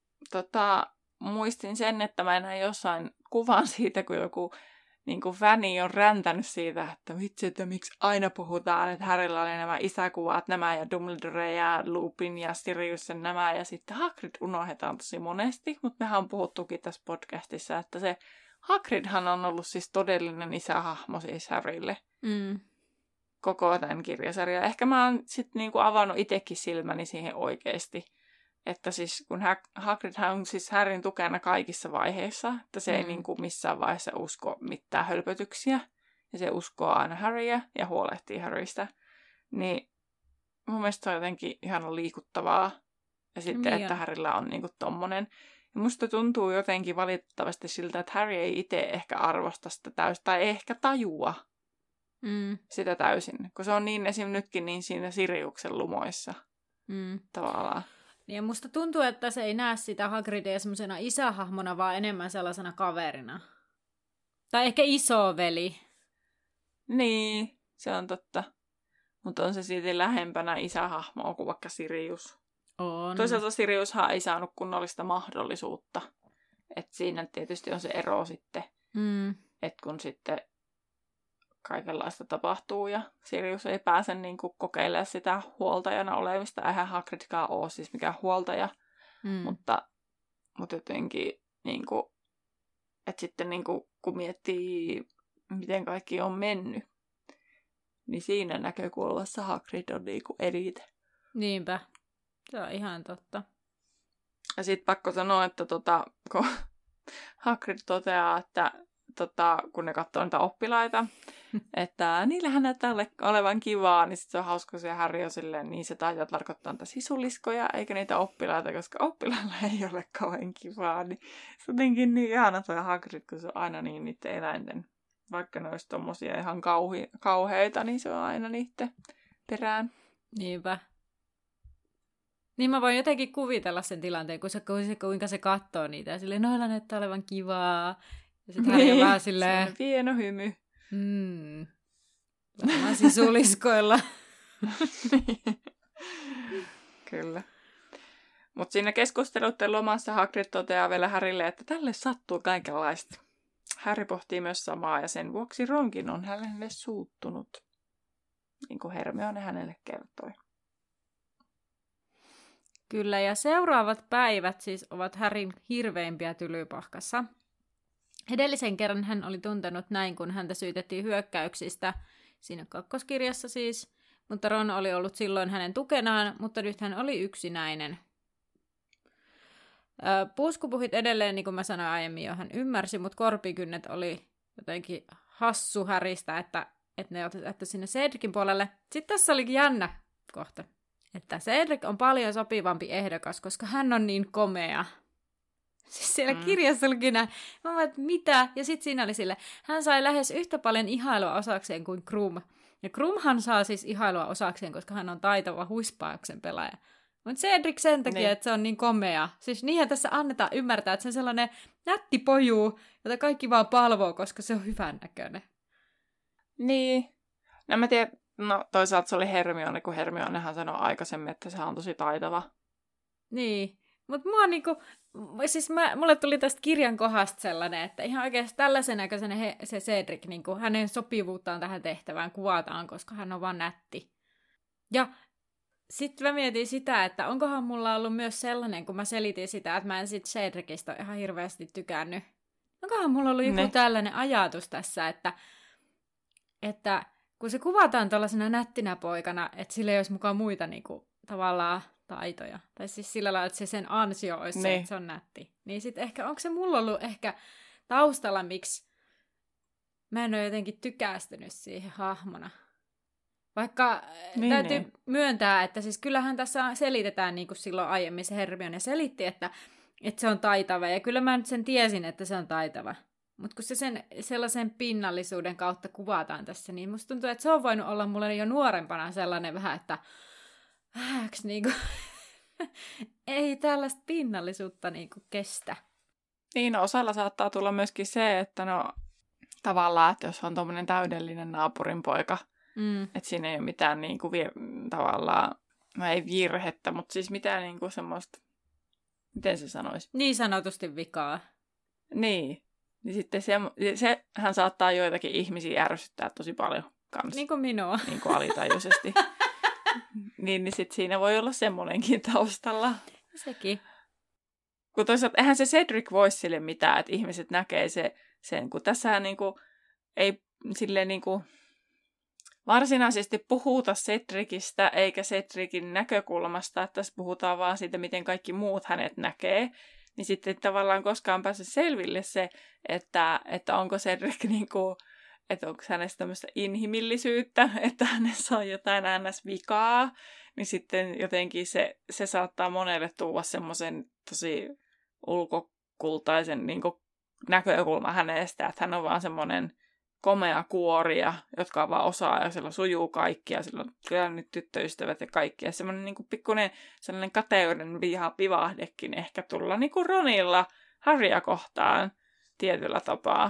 [SPEAKER 2] muistin sen, että mä näin jossain kuvan siitä, kun joku niin kuin fäni on räntänyt siitä, että vitsi, että miksi aina puhutaan, että Harrylla oli nämä isäkuvat, nämä ja Dumbledore ja Lupin ja Sirius ja nämä, ja sitten Hagrid unohdetaan tosi monesti, mutta mehän on puhuttukin tässä podcastissa, että se Hagridhan on ollut siis todellinen isähahmo siis Harrylle. Koko tämän kirjasarjan. Ehkä mä oon sitten niinku avannut itsekin silmäni siihen oikeasti. Että siis kun Hagridhan on siis Harryn tukena kaikissa vaiheissa, että se ei niinku missään vaiheessa usko mitään hölpötyksiä. Ja se uskoo aina Harryä ja huolehtii Harrystä. Niin mun mielestä se on jotenkin ihan liikuttavaa. Ja sitten, että Harryllä on niinku tommonen. Ja musta tuntuu jotenkin valitettavasti siltä, että Harry ei itse ehkä arvosta sitä täysin, tai ehkä tajua sitä täysin. Kun se on niin esim. Nytkin niin siinä Siriuksen lumoissa tavallaan.
[SPEAKER 1] Ja musta tuntuu, että se ei näe sitä Hagridia semmoisena isähahmona, vaan enemmän sellaisena kaverina. Tai ehkä isoveli.
[SPEAKER 2] Niin, se on totta. Mutta on se silti lähempänä isähahmoa kuin vaikka Sirius.
[SPEAKER 1] On.
[SPEAKER 2] Toisaalta Siriushan ei saanut kunnollista mahdollisuutta. Että siinä tietysti on se ero sitten. Että kun sitten kaikenlaista tapahtuu ja Sirius ei pääse niin kuin kokeilemaan sitä huoltajana olemista. Eihän Hagridkaan ole siis mikään huoltaja, mutta jotenkin niin kuin, että sitten niin kuin, kun miettii, miten kaikki on mennyt, niin siinä näkökulmassa Hagrid on niin kuin eniten.
[SPEAKER 1] Niinpä, se on ihan totta.
[SPEAKER 2] Ja sitten pakko sanoa, että kun Hagrid toteaa, että kun ne katsoo niitä oppilaita, että niillähän näyttää olevan kivaa, niin sitten se on hauska se Harry on silleen, niin se taitaa tarkoittaa niitä sisuliskoja, eikä niitä oppilaita, koska oppilailla ei ole kauhean kivaa. Niin se on jotenkin niin ihana toi Hagrid, kun se on aina niin niiden eläinten, vaikka ne olisi tommosia ihan kauheita, niin se on aina niiden perään.
[SPEAKER 1] Niinpä. Niin mä voin jotenkin kuvitella sen tilanteen, kuinka se katsoo niitä ja silleen, noilla näyttää olevan kivaa. Ja sitten Harry on vähän silleen...
[SPEAKER 2] Se on pieno hymy.
[SPEAKER 1] Varmaan sisuliskoilla.
[SPEAKER 2] Kyllä. Mutta siinä keskusteluiden lomassa Hagrid toteaa vielä Harrylle, että tälle sattuu kaikenlaista. Harry pohtii myös samaa ja sen vuoksi Ronkin on hänelle suuttunut. Niin kuin Hermione hänelle kertoi.
[SPEAKER 1] Kyllä, ja seuraavat päivät siis ovat Harryn hirveimpiä Tylypahkassa. Edellisen kerran hän oli tuntenut näin, kun häntä syytettiin hyökkäyksistä, siinä kakkoskirjassa siis, mutta Ron oli ollut silloin hänen tukenaan, mutta nyt hän oli yksinäinen. Puuskupuhit edelleen, niin kuin mä sanoin aiemmin jo, hän ymmärsi, mutta korpikynnet oli jotenkin hassu Harrystä, että ne otettu sinne Cedricin puolelle. Sitten tässä olikin jännä kohta, että Cedric on paljon sopivampi ehdokas, koska hän on niin komea. Siis siellä kirjassa olikin näin. Mä vaan, että mitä? Ja sitten siinä oli sille, hän sai lähes yhtä paljon ihailua osakseen kuin Krum. Ja Krumhan saa siis ihailua osakseen, koska hän on taitava huispauksen pelaaja. Mutta Cedric sen takia, että se on niin komea. Siis niinhän tässä annetaan ymmärtää, että se on sellainen nätti poju, jota kaikki vaan palvoo, koska se on hyvän näköinen.
[SPEAKER 2] Niin. No mä tiedän, No toisaalta se oli Hermione, kun Hermionehan sanoi aikaisemmin, että se on tosi taitava.
[SPEAKER 1] Niin, mutta mulle tuli tästä kirjan kohdasta sellainen, että ihan oikeasti tällaisen näköisen se Cedric, niinku, hänen sopivuuttaan tähän tehtävään kuvataan, koska hän on vaan nätti. Ja sitten mä mietin sitä, että onkohan mulla ollut myös sellainen, kun mä selitin sitä, että mä en sit Cedricistä ihan hirveästi tykännyt. Onkohan mulla ollut joku tällainen ajatus tässä, että kun se kuvataan tällaisena nättinä poikana, että sillä ei olisi mukaan muita niinku, tavallaan taitoja. Tai siis sillä lailla, että se sen ansio olisi se, että se on nätti. Niin sitten ehkä, onko se mulla ollut ehkä taustalla, miksi mä en ole jotenkin tykästynyt siihen hahmona. Vaikka täytyy myöntää, että siis kyllähän tässä selitetään, niin kuin silloin aiemmin se Hermione selitti, että se on taitava. Ja kyllä mä nyt sen tiesin, että se on taitava. Mutta kun se sen sellaisen pinnallisuuden kautta kuvataan tässä, niin musta tuntuu, että se on voinut olla mulle jo nuorempana sellainen vähän, että niinku, ei tällaista pinnallisuutta niinku kestä.
[SPEAKER 2] Niin, osalla saattaa tulla myöskin se, että no tavallaan, että jos on tommonen täydellinen naapurinpoika, että siinä ei ole mitään niinku tavallaan, no ei virhettä, mutta siis mitään niinku semmoista, miten se sanoisi?
[SPEAKER 1] Niin sanotusti vikaa.
[SPEAKER 2] Niin sitten sehän saattaa joitakin ihmisiä ärsyttää tosi paljon kanssa.
[SPEAKER 1] Niin kuin minua.
[SPEAKER 2] Niin kuin alitajuisesti. niin sitten siinä voi olla semmoinenkin taustalla.
[SPEAKER 1] Sekin.
[SPEAKER 2] Kun toisaalta eihän se Cedric voi sille mitään, että ihmiset näkee sen, kun tässä niinku ei silleen niinku varsinaisesti puhuta Cedricistä eikä Cedricin näkökulmasta, että tässä puhutaan vaan siitä, miten kaikki muut hänet näkee. Niin sitten tavallaan koskaan pääse selville se, että onko Cedric niinku, että onko hänessä tämmöistä inhimillisyyttä, että hänessä on jotain NS-vikaa, niin sitten jotenkin se saattaa monelle tuoda semmoisen tosi ulkokultaisen niinku näkökulma hänestä, että hän on vaan semmoinen komea kuoria, jotka vaan osaa ja sillä sujuu kaikki ja sillä on kyllä nyt tyttöystävät ja kaikki. Ja semmoinen niinku pikkuinen sellainen kateuden vivahdekin ehkä tulla niinku Ronilla Harrya kohtaan tietyllä tapaa.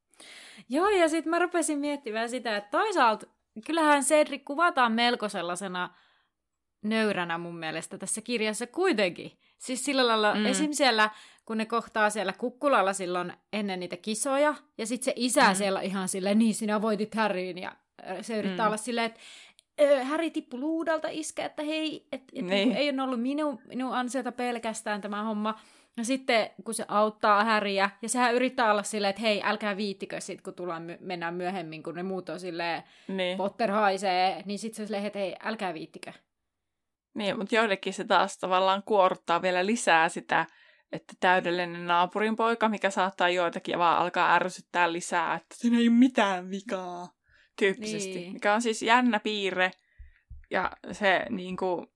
[SPEAKER 1] Joo, ja sitten mä rupesin miettimään sitä, että toisaalta kyllähän Cedric kuvataan melko sellaisena nöyränä mun mielestä tässä kirjassa kuitenkin. Siis sillä lailla, esim. Siellä, kun ne kohtaa siellä kukkulalla silloin ennen niitä kisoja, ja sitten se isä siellä ihan silleen, niin sinä voitit Harryn, ja se yrittää olla silleen, että Harry tippui luudalta iskä, että hei, ei ole ollut minun ansiota pelkästään tämä homma. Ja sitten, kun se auttaa Harryä, ja sehän yrittää olla silleen, että hei, älkää viittikö sit, kun mennään myöhemmin, kun ne muut on silleen, Potter haisee, niin sitten se on silleen, että hei, älkää viittikö.
[SPEAKER 2] Niin, mutta joillekin se taas tavallaan kuorruttaa vielä lisää sitä, että täydellinen naapurinpoika, mikä saattaa joitakin vaan alkaa ärsyttää lisää, että siinä ei ole mitään vikaa tyyppisesti. Niin. Mikä on siis jännä piirre, ja se niinku,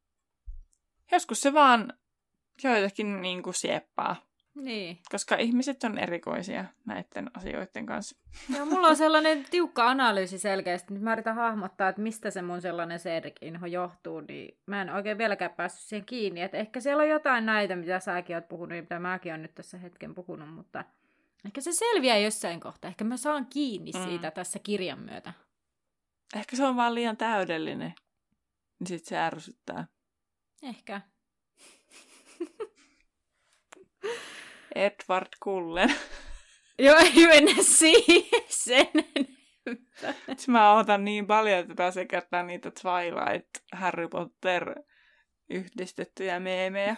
[SPEAKER 2] joskus se vaan joitakin niinku sieppaa.
[SPEAKER 1] Niin.
[SPEAKER 2] Koska ihmiset on erikoisia näiden asioiden kanssa.
[SPEAKER 1] Joo, mulla on sellainen tiukka analyysi selkeästi. Nyt mä yritän hahmottaa, että mistä se mun sellainen Cedric-inho johtuu, niin mä en oikein vieläkään päässyt siihen kiinni. Että ehkä siellä on jotain näitä, mitä säkin oot puhunut, mitä mäkin oon nyt tässä hetken puhunut, mutta ehkä se selviää jossain kohtaa. Ehkä mä saan kiinni siitä tässä kirjan myötä.
[SPEAKER 2] Ehkä se on vaan liian täydellinen, niin sit se ärsyttää.
[SPEAKER 1] Ehkä.
[SPEAKER 2] Edward Cullen.
[SPEAKER 1] Joo, ei mennä siihen sen enempää.
[SPEAKER 2] Mä ootan niin paljon, että pääsee kertaan niitä Twilight, Harry Potter yhdistettyjä meemejä.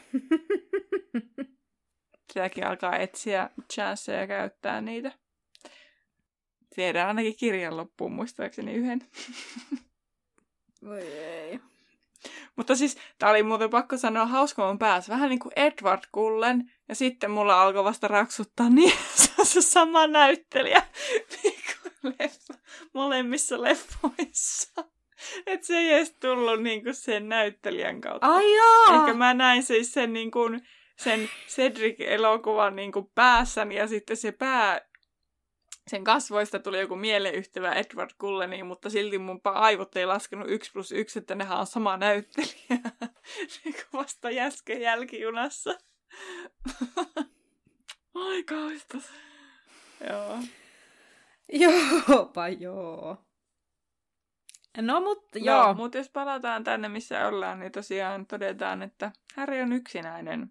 [SPEAKER 2] Sielläkin alkaa etsiä chanceja käyttää niitä. Tiedän ainakin kirjan loppuun muistaakseni yhden.
[SPEAKER 1] Voi ei.
[SPEAKER 2] Mutta siis, tää oli muuten pakko sanoa hauska mun päässä. Vähän niin kuin Edward Cullen, ja sitten mulla alkoi vasta raksuttaa, niin se on se sama näyttelijä niin kuin molemmissa leffoissa. Että se ei edes tullut niin kuin sen näyttelijän kautta.
[SPEAKER 1] Ai joo!
[SPEAKER 2] Ehkä mä näin siis sen, niin kuin, sen Cedric-elokuvan niin kuin päässäni, ja sitten se sen kasvoista tuli joku mieleyhtyvä Edward Culleniin, mutta silti mun aivot ei laskenut 1+1, että nehän on sama näyttelijä. Vasta äsken jälkijunassa. Ai kauista. Joo.
[SPEAKER 1] Joopa joo. No, mutta joo.
[SPEAKER 2] No, mutta jos palataan tänne, missä ollaan, niin tosiaan todetaan, että Harry on yksinäinen.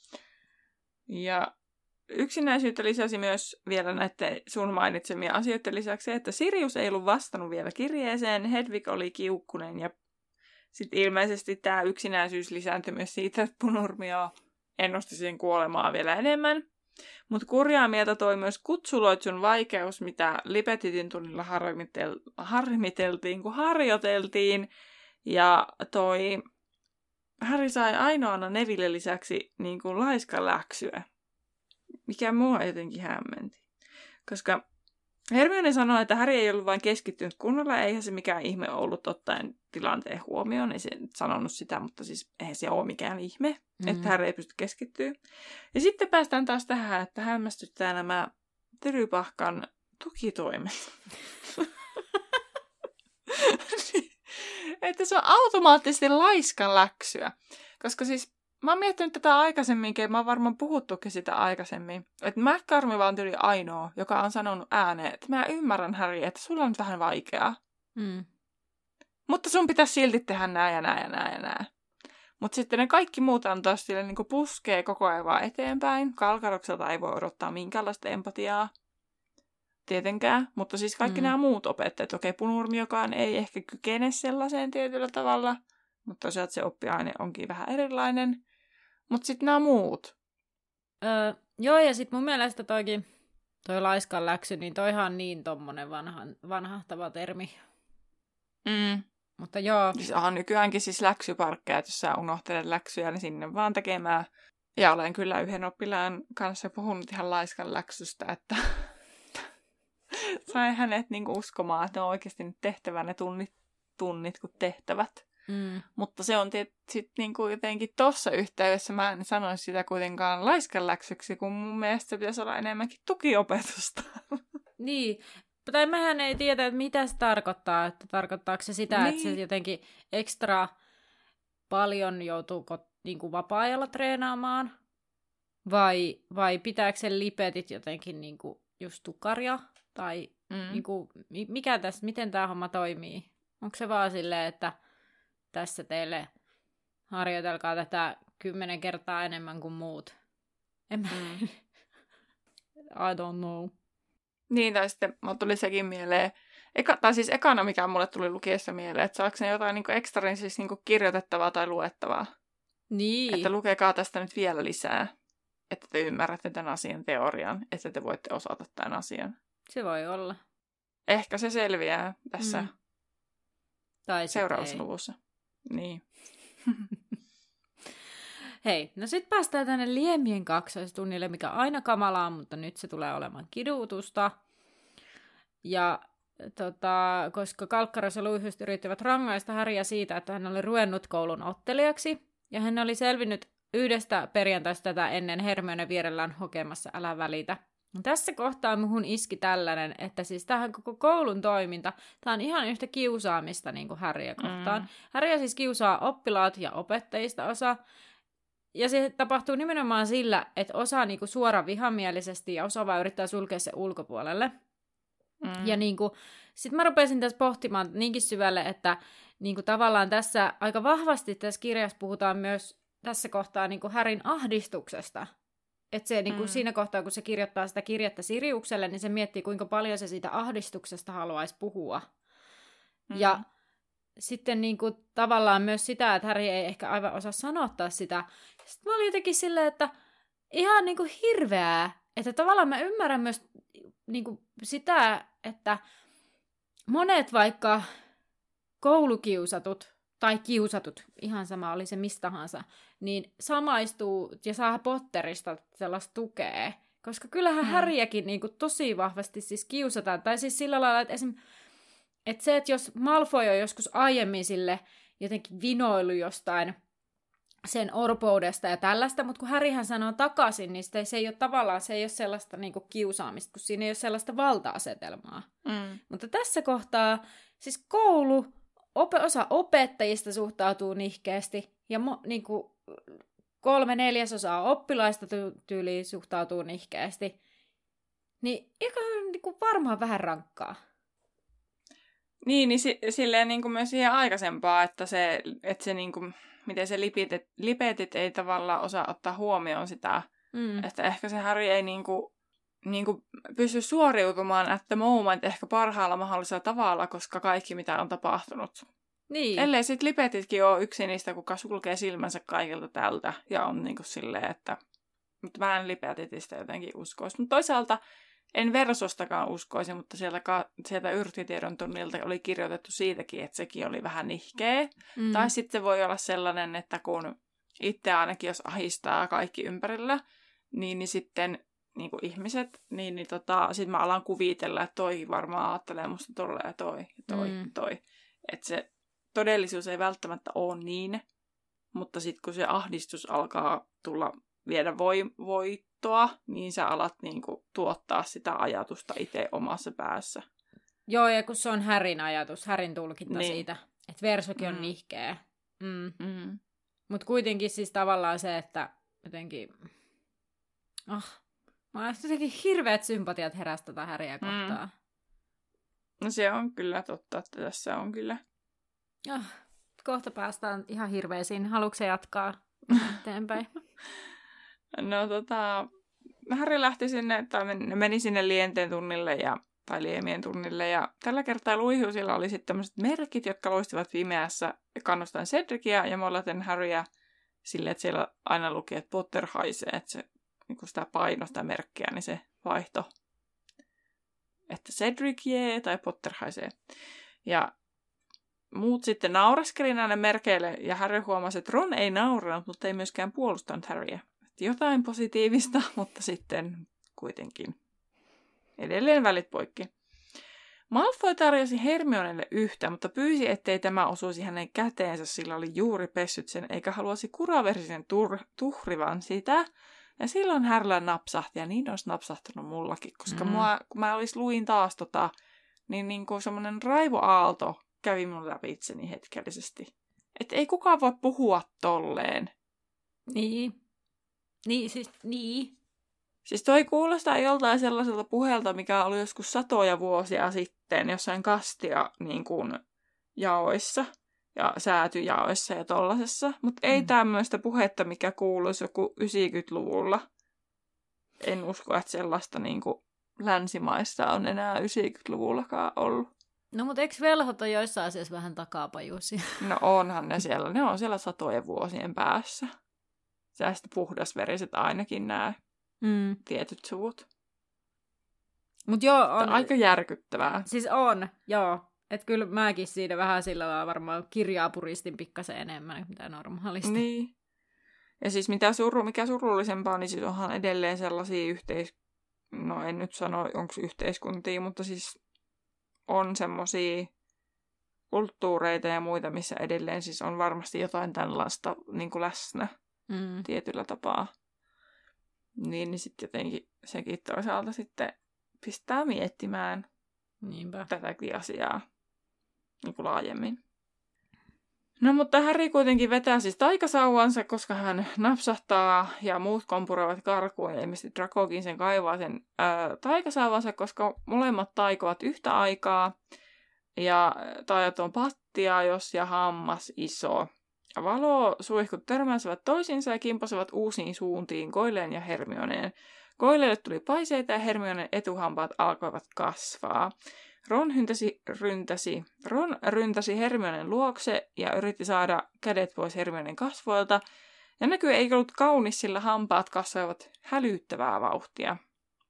[SPEAKER 2] Ja yksinäisyyttä lisäsi myös vielä näiden sun mainitsemia asioiden lisäksi, että Sirius ei ollut vastannut vielä kirjeeseen, Hedwig oli kiukkunen ja sitten ilmeisesti tämä yksinäisyys lisääntyi myös siitä, että Punurmio ennusti siihen kuolemaa vielä enemmän. Mutta kurjaa mieltä toi myös kutsuloitsun vaikeus, mitä Lipetitin tunnilla harmiteltiin, kun harjoiteltiin. Ja toi Harry sai ainoana Neville lisäksi niin kuin laiskaläksyä, mikä mua jotenkin hämmenti. Koska Hermione sanoi, että Harry ei ollut vain keskittynyt kunnolla, eihän se mikään ihme ollut ottaen tilanteen huomioon. Ei se sanonut sitä, mutta siis eihän se ole mikään ihme, että Harry ei pysty keskittyä. Ja sitten päästään taas tähän, että hämmästyttää nämä Tyrypahkan tukitoimet. Että se on automaattisesti laiskan läksyä. Koska siis mä oon miettinyt tätä aikaisemminkin, ja mä oon varmaan puhuttukin sitä aikaisemmin. Että McCormick vaan tuli ainoa, joka on sanonut ääneen, että mä ymmärrän, Harry, että sulla on nyt vähän vaikeaa. Mutta sun pitäisi silti tehdä nää ja nää ja nää ja nää. Mutta sitten ne kaikki muut antaa sille niin kuin puskee koko ajan vaan eteenpäin. Kalkarokselta ei voi odottaa minkäänlaista empatiaa. Tietenkään, mutta siis kaikki nämä muut opettajat. Okei, Punurmiokaan ei ehkä kykene sellaiseen tietyllä tavalla, mutta tosiaan se oppiaine onkin vähän erilainen. Mutta sitten nämä muut.
[SPEAKER 1] Joo, ja sitten mun mielestä toi laiskan läksy, niin toihan on niin tommonen vanhahtava termi. Mutta joo.
[SPEAKER 2] Siis onhan nykyäänkin siis läksyparkkeja, että jos sä unohtelet läksyjä, niin sinne vaan tekemään. Ja olen kyllä yhden oppilaan kanssa puhunut ihan laiskan läksystä, että sai hänet niinku uskomaan, että ne on oikeasti nyt tehtävä ne tunnit kuin tehtävät. Mutta se on sitten niinku jotenkin tossa yhteydessä, mä en sanoisi sitä kuitenkaan laiskan läksyksi, kun mun mielestä se pitäisi olla enemmänkin tukiopetusta.
[SPEAKER 1] Niin, tai mehän ei tiedä, että mitä se tarkoittaa. Että tarkoittaako se sitä, niin, että se jotenkin ekstra paljon joutuu niinku vapaa-ajalla treenaamaan? Vai pitääkö se lipetit jotenkin niinku just tukaria? Tai niinku, miten tämä homma toimii? Onko se vaan silleen, että tässä teille harjoitelkaa tätä 10 kertaa enemmän kuin muut? I don't know.
[SPEAKER 2] Niin, tai sitten mulle tuli sekin mieleen, ekana mikä mulle tuli lukiessa mieleen, että saako ne jotain niinku ekstra siis niinku kirjoitettavaa tai luettavaa.
[SPEAKER 1] Niin.
[SPEAKER 2] Että lukekaa tästä nyt vielä lisää, että te ymmärrätte tämän asian teorian, että te voitte osata tämän asian.
[SPEAKER 1] Se voi olla.
[SPEAKER 2] Ehkä se selviää tässä
[SPEAKER 1] tai
[SPEAKER 2] seurausluvussa. Niin.
[SPEAKER 1] Hei, no sit päästään tänne Liemien kaksoistunnille, mikä aina kamalaa, mutta nyt se tulee olemaan kidutusta. Ja koska Kalkkaros ja Luihys yrittivät rangaista Harrya siitä, että hän oli ruvennut koulun ottelijaksi, ja hän oli selvinnyt yhdestä perjantaista tätä ennen Hermione vierellään hokemassa Älä välitä. Tässä kohtaa muhun iski tällainen, että siis tähän koko koulun toiminta, tämä on ihan yhtä kiusaamista niin kuin Harryä kohtaan. Harry siis kiusaa oppilaat ja opettajista osa, ja se tapahtuu nimenomaan sillä, että osa niinku suoraan vihamielisesti ja osa vaan yrittää sulkea se ulkopuolelle. Ja niinku, sit mä rupesin tässä pohtimaan niinkin syvälle, että niinku tavallaan tässä aika vahvasti tässä kirjassa puhutaan myös tässä kohtaa niinku Harryn ahdistuksesta. Että se niinku siinä kohtaa, kun se kirjoittaa sitä kirjettä Siriukselle, niin se miettii, kuinka paljon se siitä ahdistuksesta haluaisi puhua. Ja sitten niinku tavallaan myös sitä, että Harry ei ehkä aivan osaa sanottaa sitä. Sitten mä olin jotenkin silleen, että ihan niinku hirveää, että tavallaan mä ymmärrän myös niinku sitä, että monet vaikka koulukiusatut tai kiusatut, ihan sama oli se mistä tahansa, niin samaistuu ja saa Potterista sellaista tukea. Koska kyllähän Harryäkin niinku tosi vahvasti siis kiusataan. Tai siis sillä lailla, että että se, että jos Malfoy on joskus aiemmin sille jotenkin vinoilu jostain sen orpoudesta ja tällaista, mutta kun Harryhän sanoo takaisin, niin se ei ole tavallaan, se ei ole sellaista niinku kiusaamista, kun siinä ei ole sellaista valta-asetelmaa. Mutta tässä kohtaa siis koulu, osa opettajista suhtautuu nihkeästi ja niinku 3/4 oppilaista tyyliin suhtautuu nihkeästi. Niin eikä niinku varmaan vähän rankkaa.
[SPEAKER 2] Niin silleen niin kuin myös siihen aikaisempaa, että se niin kuin, miten se lipetit ei tavallaan osaa ottaa huomioon sitä, että ehkä se Harry ei niin kuin pysty suoriutumaan at the moment ehkä parhaalla mahdollisella tavalla, koska kaikki mitä on tapahtunut.
[SPEAKER 1] Niin.
[SPEAKER 2] Ellei sit lipetitkin ole yksi niistä, kuka sulkee silmänsä kaikilta tältä ja on niin kuin silleen, että mutta mä en lipetitistä jotenkin uskoisi. Mutta toisaalta en Versostakaan uskoisi, mutta sieltä yrttitiedon tunnilta oli kirjoitettu siitäkin, että sekin oli vähän nihkeä. Tai sitten se voi olla sellainen, että kun itse ainakin jos ahistaa kaikki ympärillä, niin sitten niin kuin ihmiset, sitten mä alan kuvitella, että toi varmaan ajattelee musta tolle ja toi. Että se todellisuus ei välttämättä ole niin, mutta sitten kun se ahdistus alkaa tulla viedä voittoa, niin sä alat niinku tuottaa sitä ajatusta itse omassa päässä.
[SPEAKER 1] Joo, ja kun se on Harryn ajatus, Harryn tulkinta siitä, että Versokin on nihkeä. Mutta kuitenkin siis tavallaan se, että jotenkin... mä olen jotenkin hirveät sympatiat heräsi tätä Harryä kohtaan.
[SPEAKER 2] No se on kyllä totta, että tässä on kyllä.
[SPEAKER 1] Kohta päästään ihan hirveisiin. Haluatko jatkaa eteenpäin?
[SPEAKER 2] No Harry lähti sinne, tai meni sinne lienteen tunnille tai liemien tunnille, ja tällä kertaa Luihusilla oli sitten tämmöiset merkit, jotka loistivat pimeässä kannustaen Cedricia ja mollaten Harryä silleen, että siellä aina luki, että Potter haisee, että se, niin kun sitä paino, sitä merkkiä, niin se vaihto, että Cedric jee tai Potter haisee. Ja muut sitten nauraskeli näille merkeille, ja Harry huomasi, että Ron ei nauranut, mutta ei myöskään puolustanut Harryä. Jotain positiivista, mutta sitten kuitenkin edelleen välit poikki. Malfoy tarjosi Hermionelle yhtä, mutta pyysi, ettei tämä osuisi hänen käteensä, sillä oli juuri pessyt sen, eikä haluaisi kuraversisen tuhrivan sitä. Ja silloin Harryllä napsahti, ja niin olisi napsahtanut mullakin, koska kun mä luin taas niin kuin semmoinen raivoaalto kävi mun läpi itseni hetkellisesti. Että ei kukaan voi puhua tolleen.
[SPEAKER 1] Niin.
[SPEAKER 2] Siis toi kuulostaa joltain sellaiselta puheelta, mikä oli joskus satoja vuosia sitten jossain kastia niin kuin jaoissa ja säätyjaoissa ja tollasessa. Mutta ei tämmöistä puhetta, mikä kuuluisi joku 90-luvulla. En usko, että sellaista niin kuin länsimaissa on enää 90-luvullakaan ollut.
[SPEAKER 1] No mutta eikö velhot ole joissain asiassa vähän takapajuisia?
[SPEAKER 2] No onhan ne siellä. Ne on siellä satojen vuosien päässä. Säästä puhdasveriset ainakin nämä tietyt suvut.
[SPEAKER 1] Mut joo, on...
[SPEAKER 2] Aika järkyttävää.
[SPEAKER 1] Siis on, joo. Että kyllä mäkin siinä vähän sillä lailla varmaan kirjaa puristin pikkasen enemmän mitä normaalisti.
[SPEAKER 2] Niin. Ja siis mikä surullisempaa, niin siis onhan edelleen sellaisia no en nyt sano, onko yhteiskuntia, mutta siis on semmosia kulttuureita ja muita, missä edelleen siis on varmasti jotain tällaista niin kuin läsnä tietyllä tapaa. Niin sitten jotenkin sekin toisaalta sitten pistää miettimään tätäkin asiaa niin kuin laajemmin. No mutta Harry kuitenkin vetää siis taikasauvansa, koska hän napsahtaa ja muut kompuroivat karkuun ja ilmeisesti Dracokin sen kaivaa sen taikasauvansa, koska molemmat taikovat yhtä aikaa ja taijat on pattiajos ja hammas iso. Valosuihkut törmäsivät toisiinsa ja kimposivat uusiin suuntiin Goyleen ja Hermioneen. Goyleelle tuli paiseita ja Hermionen etuhampaat alkoivat kasvaa. Ron ryntäsi Hermionen luokse ja yritti saada kädet pois Hermionen kasvoilta. Ja näkyy ei ollut kaunis, sillä hampaat kasvoivat hälyttävää vauhtia.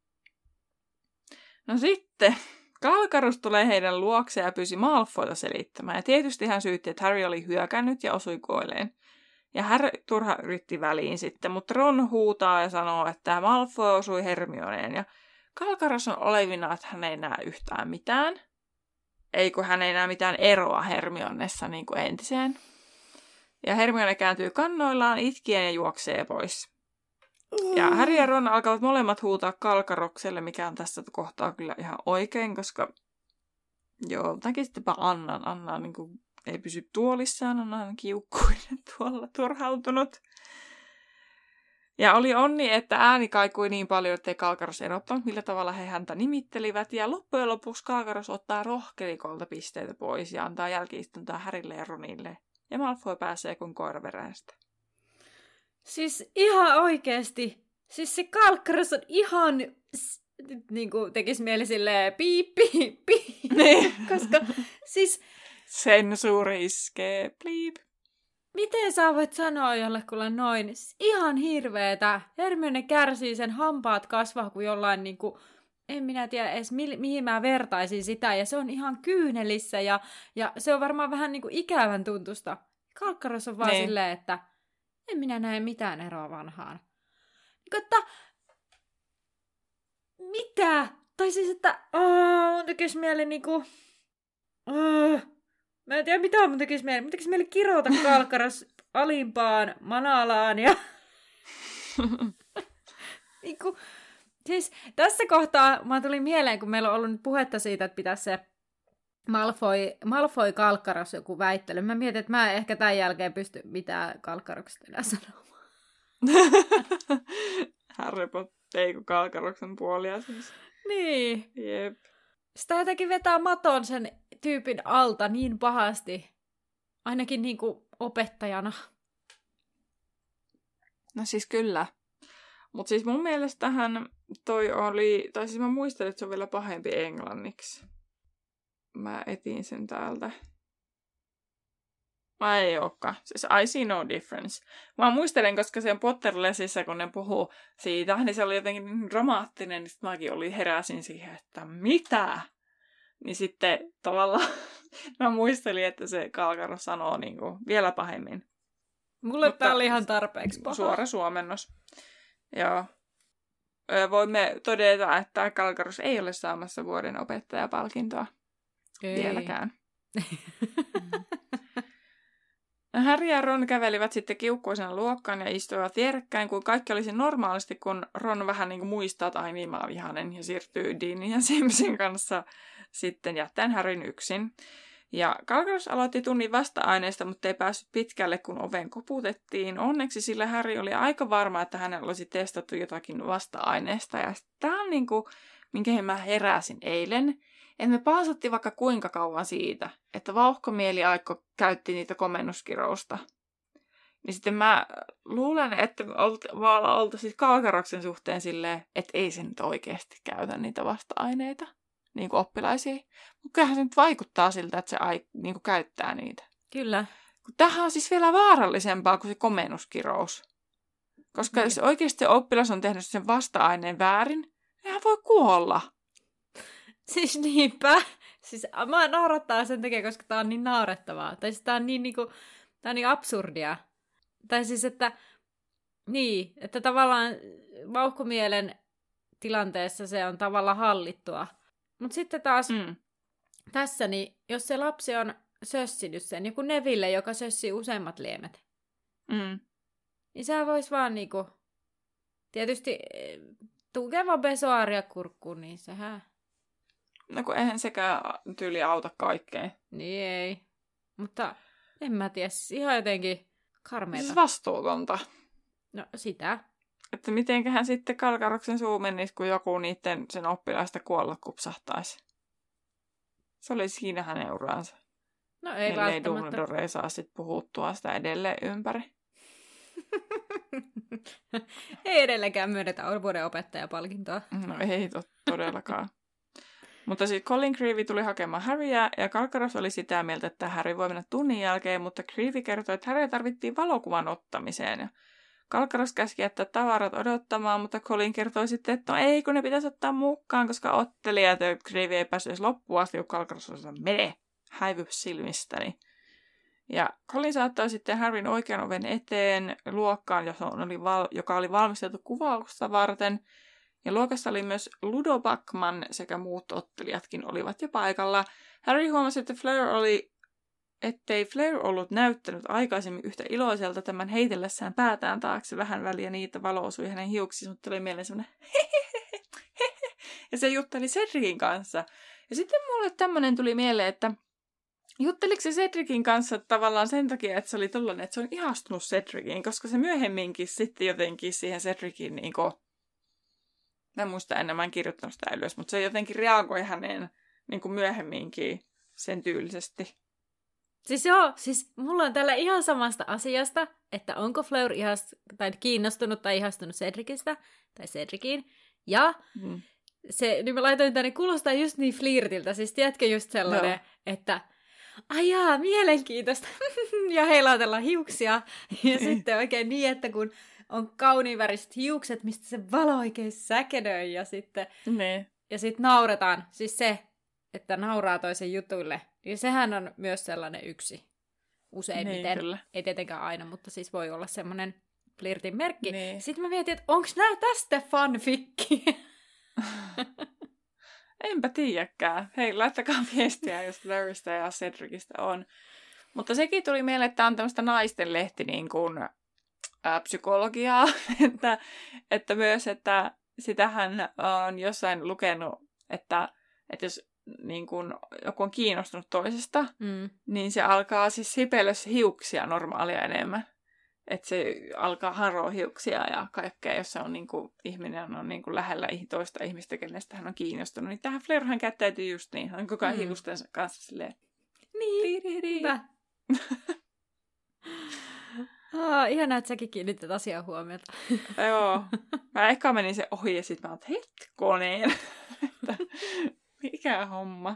[SPEAKER 2] No sitten Kalkarus tulee heidän luokseen ja pyysi Malfoyta selittämään. Ja tietysti hän syytti, että Harry oli hyökännyt ja osui Goyleen. Ja Harry turha yritti väliin sitten, mutta Ron huutaa ja sanoo, että Malfoy osui Hermioneen. Ja Kalkarus on olevina, että hän ei näe yhtään mitään. Ei kun hän ei näe mitään eroa Hermionessa niin kuin entiseen. Ja Hermione kääntyy kannoillaan itkien ja juoksee pois. Ja Harry ja Ron alkavat molemmat huutaa Kalkarokselle, mikä on tässä kohtaa kyllä ihan oikein, koska jotakin sittenpä Anna niin kuin ei pysy tuolissaan, on aina kiukkuinen tuolla turhautunut. Ja oli onni, että ääni kaikui niin paljon, ettei Kalkaros erottanut, millä tavalla he häntä nimittelivät. Ja loppujen lopuksi Kalkaros ottaa rohkelikolta pisteitä pois ja antaa jälki-istuntaa Harrylle ja Ronille. Ja Malfoy pääsee kuin koira veräjästä.
[SPEAKER 1] Siis ihan oikeesti. Siis se Kalkkaros on ihan... Niin kuin tekisi mieli silleen piip.
[SPEAKER 2] Niin.
[SPEAKER 1] Koska siis...
[SPEAKER 2] Sensuuri iskee, pliip.
[SPEAKER 1] Miten sä voit sanoa jollekulle noin? Siis ihan hirveetä. Hermione kärsii, sen hampaat kasvaa kuin jollain niinku... En minä tiedä edes mihin mä vertaisin sitä. Ja se on ihan kyynelissä ja se on varmaan vähän niinku ikävän tuntusta. Kalkkaros on vaan silleen, että en minä näe mitään eroa vanhaan. Niin, että... Mitä? Tai siis, että... mun tekisi mieli niinku... Mä en tiedä, mitä mun tekisi mieli. Mun tekisi mieli kirota Kalkkaros alimpaan manalaan ja... niinku... Siis tässä kohtaa mä tuli mieleen, kun meillä on ollut nyt puhetta siitä, että pitäisi se Malfoy Kalkkaros joku väittely. Mä mietin, että mä en ehkä tämän jälkeen pysty mitään Kalkkaroksesta enää sanomaan.
[SPEAKER 2] Harry Potter, ei kun Kalkkaroksen puolia siis.
[SPEAKER 1] Niin.
[SPEAKER 2] Jep.
[SPEAKER 1] Sitä jotenkin vetää maton sen tyypin alta niin pahasti. Ainakin niinku opettajana.
[SPEAKER 2] No siis kyllä. Mutta siis mun mielestähän toi oli, tai siis mä muistelin, että se on vielä pahempi englanniksi. Mä etin sen täältä. Ei olekaan. Siis I see no difference. Mä muistelen, koska se on Potterlessissä, kun ne puhuu siitä, niin se oli jotenkin niin dramaattinen, niin sitten mäkin heräsin siihen, että mitä? Niin sitten tavallaan mä muistelin, että se Kalkkaros sanoo niinku vielä pahemmin.
[SPEAKER 1] Mulle tää oli ihan tarpeeksi paha.
[SPEAKER 2] Suora suomennos. Joo. Voimme todeta, että Kalkkaros ei ole saamassa vuoden opettajapalkintoa.
[SPEAKER 1] Ei.
[SPEAKER 2] Vieläkään. Harry ja Ron kävelivät sitten kiukkuisena luokkaan ja istuivat vierekkäin, kuin kaikki olisi normaalisti, kun Ron vähän niin kuin muistaa, että ai niin mä oon vihainen, ja siirtyy Deanin ja Simsin kanssa sitten jättäen Harryn yksin. Ja Kalkkaros aloitti tunnin vasta-aineesta, mutta ei päässyt pitkälle, kun oven koputettiin. Onneksi sillä Harry oli aika varma, että hänellä olisi testattu jotakin vasta-aineesta. Ja tämä on niin kuin, minkä mä heräsin eilen. Että me paasattiin vaikka kuinka kauan siitä, että vauhkomieliaikko käytti niitä komennuskirousta. Niin sitten mä luulen, että oltaisiin Kalkkaroksen suhteen silleen, että ei se nyt oikeasti käytä niitä vasta-aineita. Niin kuin oppilaisia. Mutta kyllähän se nyt vaikuttaa siltä, että se niin kuin käyttää niitä.
[SPEAKER 1] Kyllä.
[SPEAKER 2] Tämähän on siis vielä vaarallisempaa kuin se komennuskirous. Koska jos oikeasti se oppilas on tehnyt sen vasta-aineen väärin, hän voi kuolla.
[SPEAKER 1] Siis niinpä. Siis mä naurattaa sen takia, koska tää on niin naurettavaa. Tai siis tää on niin niinku, tää on niin absurdia. Tai siis, että niin, että tavallaan vauhkomielen tilanteessa se on tavallaan hallittua. Mutta sitten taas tässä, niin jos se lapsi on sössinyt sen, joku Neville, joka sössii useimmat liemet, niin sehän voisi vaan niinku, tietysti tukeva besoaria kurkkuun, niin sehän...
[SPEAKER 2] No kun eihän sekään tyyli auta kaikkeen.
[SPEAKER 1] Niin ei. Mutta en mä tiedä, siis ihan jotenkin karmeeta.
[SPEAKER 2] Siis vastuutonta.
[SPEAKER 1] No sitä.
[SPEAKER 2] Että mitenköhän sitten Kalkkaroksen suu menisi, kun joku niiden sen oppilaista kuolla kupsahtaisi. Se oli siinä hänen uraansa.
[SPEAKER 1] No ei
[SPEAKER 2] välttämättä.
[SPEAKER 1] välttämättä.
[SPEAKER 2] Dumbledore ei saa sitten puhuttua sitä edelleen ympäri.
[SPEAKER 1] Ei edelleenkään myönnetä vuoden opettajapalkintoa.
[SPEAKER 2] No ei todellakaan. Mutta sitten Colin Creevy tuli hakemaan Harryä, ja Kalkkaros oli sitä mieltä, että Harry voi mennä tunnin jälkeen, mutta Creevy kertoi, että Harry tarvittiin valokuvan ottamiseen. Ja Kalkkaros käski jättää tavarat odottamaan, mutta Colin kertoi sitten, että no ei, kun ne pitäisi ottaa mukaan, koska ottelijat ja Creevy ei päässyt edes loppuun asti, kun Kalkkaros oli sanonut, mene, häivy silmistäni. Ja Colin saattoi sitten Harryn oikean oven eteen luokkaan, joka oli valmisteltu kuvausta varten. Ja luokassa oli myös Ludo Backman sekä muut ottelijatkin olivat jo paikalla. Harry huomasi, ettei Flair ollut näyttänyt aikaisemmin yhtä iloiselta tämän heitellessään päätään taakse vähän väliä niitä valo osui hänen hiuksiin, mutta tuli mieleen semmoinen ja se jutteli Cedricin kanssa. Ja sitten mulle tämmöinen tuli mieleen, että Jutteliko se Cedricin kanssa tavallaan sen takia, että se oli tollainen, että se on ihastunut Cedriciin, koska se myöhemminkin sitten jotenkin siihen Cedricin niinku, mä en muista enää, mä en kirjoittanut sitä ylös, mutta se jotenkin reagoi häneen niinku myöhemminkin sen tyylisesti.
[SPEAKER 1] Siis joo, siis mulla on tällä ihan samasta asiasta, että onko Fleur tai kiinnostunut tai ihastunut Cedricistä, tai Cedriciin, ja se, niin mä laitoin tänne, kuulostaa just niin flirtiltä, siis tiedätkö just sellainen, että ajaa, mielenkiintoista, ja heilautellaan hiuksia, ja sitten oikein niin, että kun on kauniinväriset hiukset, mistä se valo oikein säkenöi, ja sitten nauretaan, siis se, että nauraa toisen jutuille, niin sehän on myös sellainen yksi useimmiten, niin, ei tietenkään aina, mutta siis voi olla semmoinen flirtin merkki. Niin. Sitten mä mietin, että onko nää tästä fanfikki?
[SPEAKER 2] Enpä tiedäkään. Hei, laittakaa viestiä, jos Fleurista ja Cedricistä on. Mutta sekin tuli mieleen, että on tämmöistä naisten lehti niin kuin, psykologiaa, että myös, että sitähän on jossain lukenut, että jos niin kun joku on kiinnostunut toisesta, niin se alkaa siis hipellä hiuksia normaalia enemmän. Että se alkaa haroa hiuksia ja kaikkea, jos se on niin kuin, ihminen on niin kuin lähellä toista ihmistä, kenestä hän on kiinnostunut. Niin tähän Fleurhan käyttäytyy just niin. Hän on koko ajan hiustensa kanssa silleen.
[SPEAKER 1] Niin, hyvä. Ihanaa, että säkin kiinnität asiaan huomiota.
[SPEAKER 2] Joo. Mä ehkä menin sen ohi ja sit mä oon, hetkoneen. Mikä homma?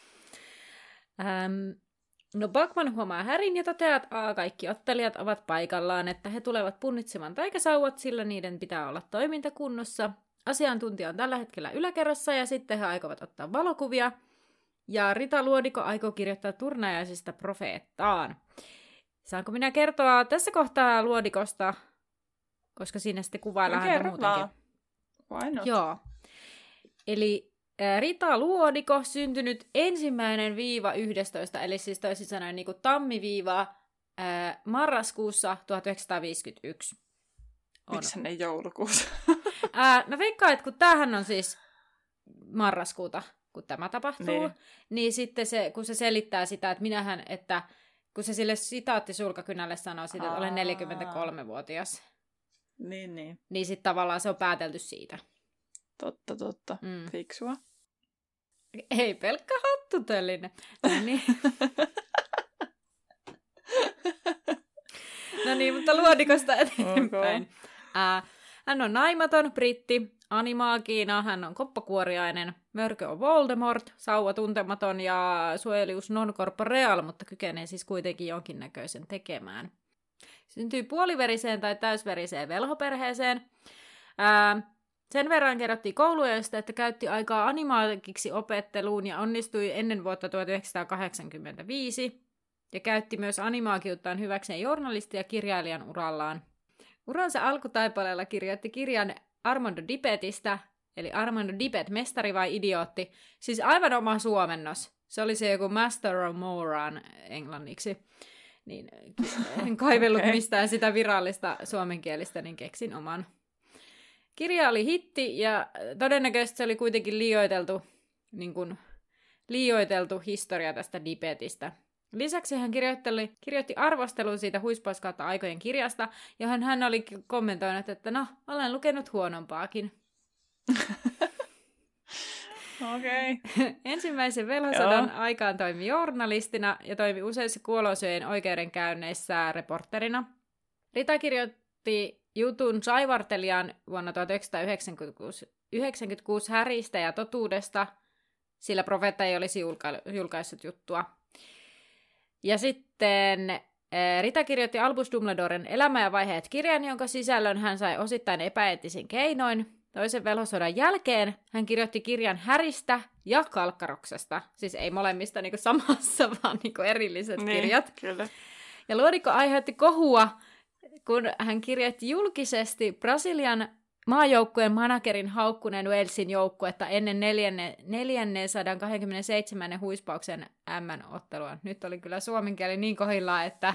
[SPEAKER 1] No Bachman huomaa Harryn ja toteaa, että kaikki ottelijat ovat paikallaan, että he tulevat punnitsemaan taikasauvat, sillä niiden pitää olla toimintakunnossa. Asiantuntija on tällä hetkellä yläkerrassa ja sitten he aikovat ottaa valokuvia. Ja Rita Luodiko aikoo kirjoittaa turnajaisista profeettaan. Saanko minä kertoa tässä kohtaa Luodikosta, koska siinä sitten kuvaillaan häntä muutenkin.
[SPEAKER 2] Why not?
[SPEAKER 1] Joo. Eli Rita Luodiko syntynyt 1.–11, eli siis toisin sanoen niin kuin marraskuussa 1951.
[SPEAKER 2] Miksi hän ei joulukuussa?
[SPEAKER 1] No veikkaan, että kun tämähän on siis marraskuuta, kun tämä tapahtuu, niin sitten se, kun se selittää sitä, että kun se sille sitaattisulkakynälle sanoo sitä, että olen 43-vuotias. Niin sitten tavallaan se on päätelty siitä.
[SPEAKER 2] Totta. Fiksua.
[SPEAKER 1] Ei pelkkä hattutellinen. No niin, mutta Luodikosta eteenpäin. Okay. Hän on naimaton, britti, animaagiina, hän on koppakuoriainen, mörkö on Voldemort, sauva tuntematon ja suojelius non corporeal, mutta kykenee siis kuitenkin jonkinnäköisen tekemään. Syntyi puoliveriseen tai täysveriseen velhoperheeseen. Sen verran kerrottiin kouluajoista, että käytti aikaa animaagiksi opetteluun ja onnistui ennen vuotta 1985. Ja käytti myös animaagiuttaan hyväkseen journalisti- ja kirjailijan urallaan. Uransa alkutaipaleella kirjoitti kirjan Armando Dipetistä, eli Armando Dipet, mestari vai idiootti. Siis aivan oma suomennos. Se oli se joku Master of Moran englanniksi. Niin, en kaivellut mistään sitä virallista suomenkielistä, niin keksin oman. Kirja oli hitti ja todennäköisesti se oli kuitenkin liioiteltu historia tästä Dipetistä. Lisäksi hän kirjoitti arvostelun siitä Huispauskautta aikojen kirjasta, johon hän oli kommentoinut, että no, olen lukenut huonompaakin.
[SPEAKER 2] Okei.
[SPEAKER 1] Ensimmäisen velhosodan aikaan toimi journalistina ja toimi useissa kuolosyöjen oikeudenkäynneissä reporterina. Rita kirjoitti jutun saivartelijan vuonna 1996 Harrystä ja totuudesta, sillä profeetta ei olisi julkaissut juttua. Ja sitten Rita kirjoitti Albus Dumbledoren Elämä ja vaiheet -kirjan, jonka sisällön hän sai osittain epäeettisin keinoin. Toisen velhosodan jälkeen hän kirjoitti kirjan Harrystä ja Kalkkaroksesta. Siis ei molemmista niin kuin samassa, vaan niin kuin erilliset kirjat.
[SPEAKER 2] Kyllä.
[SPEAKER 1] Ja Luodiko aiheutti kohua, kun hän kirjoitti julkisesti Brasilian maajoukkueen managerin haukkuneen Walesin joukkuetta ennen 427. huispauksen M-ottelua. Nyt oli kyllä suomen kieli niin kohillaan, että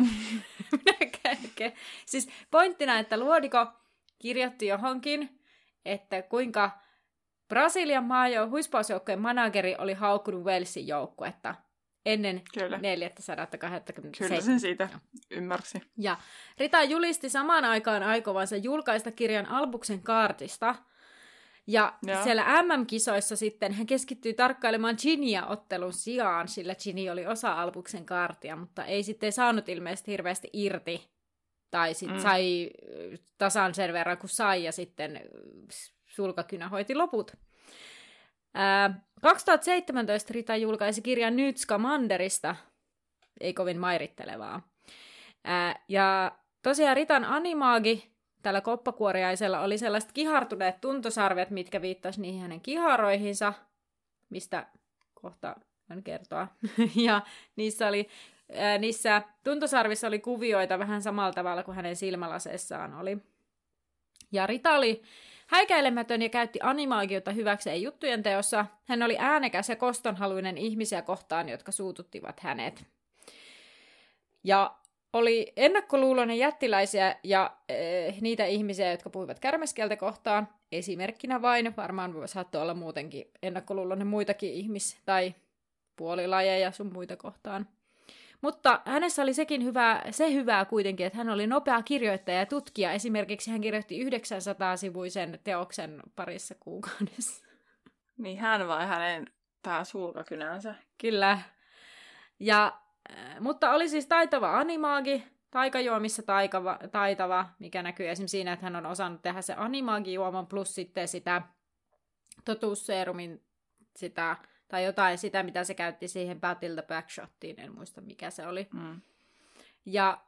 [SPEAKER 1] siis pointtina, että Luodiko kirjoitti johonkin, että kuinka Brasilian huispausjoukkueen manageri oli haukkunut Walesin joukkuetta. ennen
[SPEAKER 2] Kyllä.
[SPEAKER 1] 427.
[SPEAKER 2] Kyllä sen siitä ymmärsi.
[SPEAKER 1] Ja Rita julisti samaan aikaan aikovansa julkaista kirjan Albuksen kaartista. Ja siellä MM-kisoissa sitten hän keskittyi tarkkailemaan Ginia ottelun sijaan, sillä Gini oli osa Albuksen kaartia, mutta ei sitten saanut ilmeisesti hirveästi irti. Tai sitten sai tasan sen verran kuin sai, ja sitten sulkakynä hoiti loput. 2017 Rita julkaisi kirjan Nyt Scamanderista. Ei kovin mairittelevaa. Ja tosiaan Ritan animaagi tällä koppakuoriaisella oli sellaiset kihartuneet tuntosarvet, mitkä viittasi niihin hänen kiharoihinsa, mistä kohta hän kertoa. Ja niissä tuntosarvissa oli kuvioita vähän samalla tavalla kuin hänen silmälaseissaan oli. Ja Rita oli häikäilemätön ja käytti animaagiota hyväkseen juttujen teossa. Hän oli äänekäs ja kostonhaluinen ihmisiä kohtaan, jotka suututtivat hänet. Ja oli ennakkoluuloinen jättiläisiä ja niitä ihmisiä, jotka puhuivat kärmeskieltä kohtaan. Esimerkkinä vain, varmaan saattoi olla muutenkin ennakkoluuloinen muitakin tai puolilajeja sun muita kohtaan. Mutta hänessä oli se hyvää kuitenkin, että hän oli nopea kirjoittaja ja tutkija. Esimerkiksi hän kirjoitti 900-sivuisen teoksen parissa kuukaudessa.
[SPEAKER 2] Niin hän vai hänen tää sulkakynänsä?
[SPEAKER 1] Kyllä. Mutta oli siis taitava animaagi, taikajuomissa taitava, mikä näkyy esimerkiksi siinä, että hän on osannut tehdä se animaagijuoman plus sitten sitä totuusseerumin tai jotain sitä, mitä se käytti siihen Battle the Backshottiin, en muista mikä se oli. Ja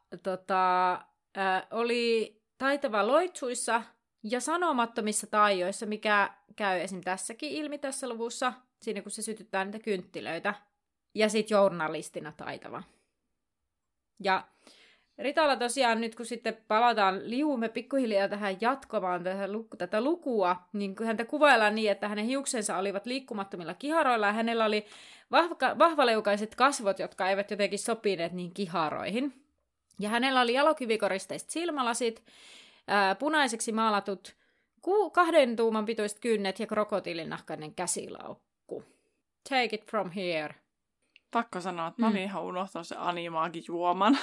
[SPEAKER 1] oli taitava loitsuissa ja sanomattomissa taijoissa, mikä käy esim. Tässäkin ilmi tässä luvussa, siinä kun se sytyttää niitä kynttilöitä. Ja sitten journalistina taitava. Ja Ritalla tosiaan nyt, kun sitten liuumme pikkuhiljaa tähän jatkamaan tätä lukua, niin häntä kuvaillaan niin, että hänen hiuksensa olivat liikkumattomilla kiharoilla ja hänellä oli vahvaleukaiset kasvot, jotka eivät jotenkin sopineet niin kiharoihin. Ja hänellä oli jalokivikoristeiset silmälasit, punaiseksi maalatut 2 tuuman pituiset kynnet ja krokotiilinahkainen käsilaukku. Take it from here.
[SPEAKER 2] Pakko sanoa, että mä olin ihan unohtanut sen animaagijuoman.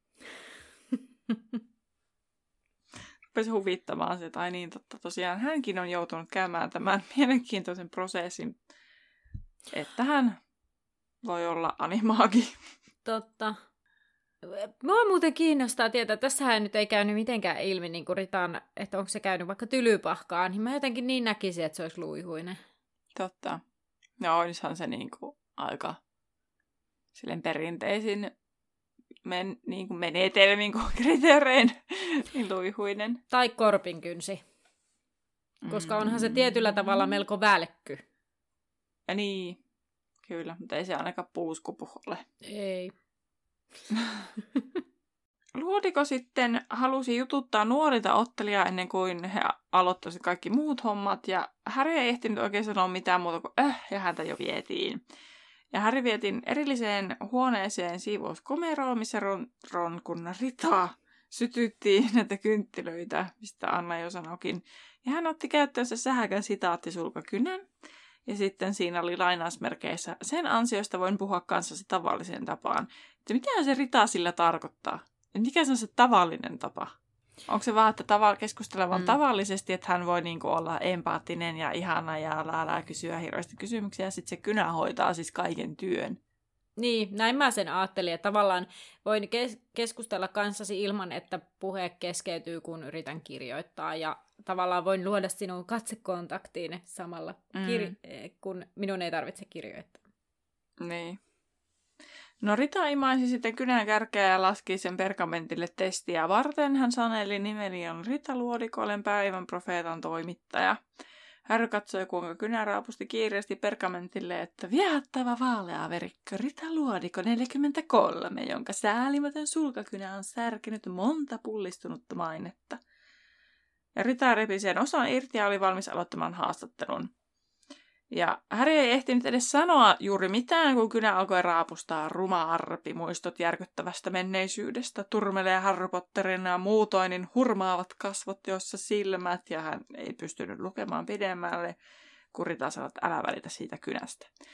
[SPEAKER 2] Rupesi huvittamaan se, tai niin totta. Tosiaan hänkin on joutunut käymään tämän mielenkiintoisen prosessin, että hän voi olla animaagi.
[SPEAKER 1] Totta. Mua muuten kiinnostaa tietää, että tässähän nyt ei käynyt mitenkään ilmi, niin kuin Ritan, että onko se käynyt vaikka tylypahkaan, niin mä jotenkin niin näkisin, että se olisi luihuinen.
[SPEAKER 2] Totta. No olisihan se niinku aika silleen perinteisin niin kuin menetelmin kuin kriteerein niin luihuinen.
[SPEAKER 1] Tai korpinkynsi. Koska onhan se tietyllä tavalla melko välkky.
[SPEAKER 2] Ja niin, kyllä, mutta ei se ainakaan puuskupu ole.
[SPEAKER 1] Ei.
[SPEAKER 2] Luodiko sitten halusi jututtaa nuorilta ottelijaa ennen kuin he aloittaisivat kaikki muut hommat, ja Harry ei ehtinyt oikein sanoa mitään muuta kuin ja häntä jo vietiin. Ja Harry vietiin erilliseen huoneeseen siivouskomeroon, missä Ron kun Rita sytytti näitä kynttilöitä, mistä Anna jo sanoikin. Ja hän otti käyttöönsä sähäkän sitaattisulkakynän. Ja sitten siinä oli lainausmerkeissä, sen ansiosta voin puhua kanssasi tavalliseen tapaan. Että mitä se Rita sillä tarkoittaa? Et mikä se on se tavallinen tapa? Onko se vaan, että keskustelevan tavallisesti, että hän voi niinku olla empaattinen ja ihana ja kysyä hirveästi kysymyksiä, ja sitten se kynä hoitaa siis kaiken työn.
[SPEAKER 1] Niin, näin mä sen ajattelin, että tavallaan voin keskustella kanssasi ilman, että puhe keskeytyy, kun yritän kirjoittaa, ja tavallaan voin luoda sinun katsekontaktiin samalla, kun minun ei tarvitse kirjoittaa.
[SPEAKER 2] Niin. No Rita imaisi sitten kynän kärkeä ja laski sen pergamentille testiä varten. Hän saneli, nimeni on Rita Luodiko, olen päivän profeetan toimittaja. Harry katsoi, kuinka kynä raapusti kiireesti pergamentille, että viehättävä vaalea verikkö Rita Luodiko 43, jonka säälimätön sulkakynä on särkenyt monta pullistunutta mainetta. Ja Rita repi sen osan irti ja oli valmis aloittamaan haastattelun. Ja Harry ei ehtinyt edes sanoa juuri mitään, kun kynä alkoi raapustaa ruma arpi muistot järkyttävästä menneisyydestä, turmelee Harry Potterin ja muutoinin hurmaavat kasvot, joissa silmät, ja hän ei pystynyt lukemaan pidemmälle, kun Rita sanoi, että älä välitä siitä kynästä.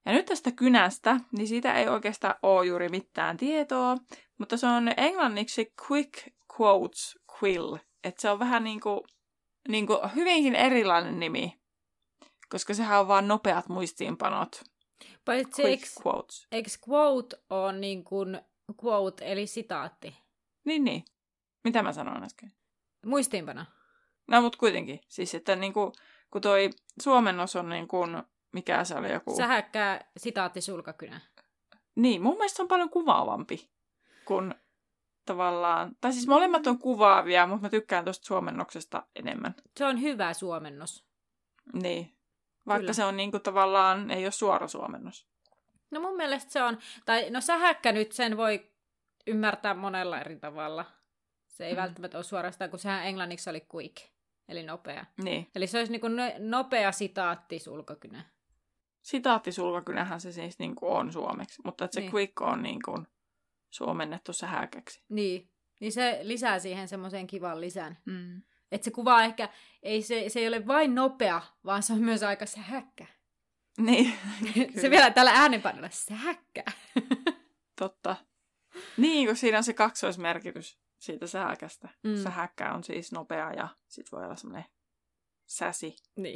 [SPEAKER 2] Ja nyt tästä kynästä, niin siitä ei oikeastaan ole juuri mitään tietoa, mutta se on englanniksi Quick Quotes Quill. Että se on vähän niinku hyvinkin erilainen nimi, koska sehän on vaan nopeat muistiinpanot.
[SPEAKER 1] Paitsi eikö quote ole niin kuin quote, eli sitaatti?
[SPEAKER 2] Niin. Mitä mä sanoin äsken?
[SPEAKER 1] Muistiinpano.
[SPEAKER 2] No, mutta kuitenkin. Siis, että niinku, kun toi suomennos on niin kuin, mikä se oli joku...
[SPEAKER 1] Sähäkkää sitaatti sulkakynä.
[SPEAKER 2] Niin, mun mielestä se on paljon kuvaavampi kuin tavallaan... Tai siis molemmat on kuvaavia, mutta mä tykkään tuosta suomennoksesta enemmän.
[SPEAKER 1] Se on hyvä suomennos.
[SPEAKER 2] Niin. Vaikka
[SPEAKER 1] Kyllä.
[SPEAKER 2] se on niinku tavallaan, ei ole suora suomennos.
[SPEAKER 1] No mun mielestä se on... Tai no sähäkkä nyt sen voi ymmärtää monella eri tavalla. Se ei välttämättä ole suorastaan, kun sehän englanniksi oli quick, eli nopea.
[SPEAKER 2] Niin.
[SPEAKER 1] Eli se olisi niin kuin nopea sitaatti sulkakynä.
[SPEAKER 2] Sitaattisulkakynähän se siis niinku on suomeksi, mutta että se
[SPEAKER 1] niin.
[SPEAKER 2] quick on niinku suomennettu sähäkäksi.
[SPEAKER 1] Niin se lisää siihen semmoisen kivan lisän. Että se kuvaa ehkä, se ei ole vain nopea, vaan se on myös aika sähäkkä.
[SPEAKER 2] Niin.
[SPEAKER 1] Se vielä tällä äänenpainolla, sähäkkä.
[SPEAKER 2] Totta. Niin, kun siinä on se kaksoismerkitys siitä sähäkästä. Sähäkkä on siis nopea ja sit voi olla semmoinen säsi.
[SPEAKER 1] Niin.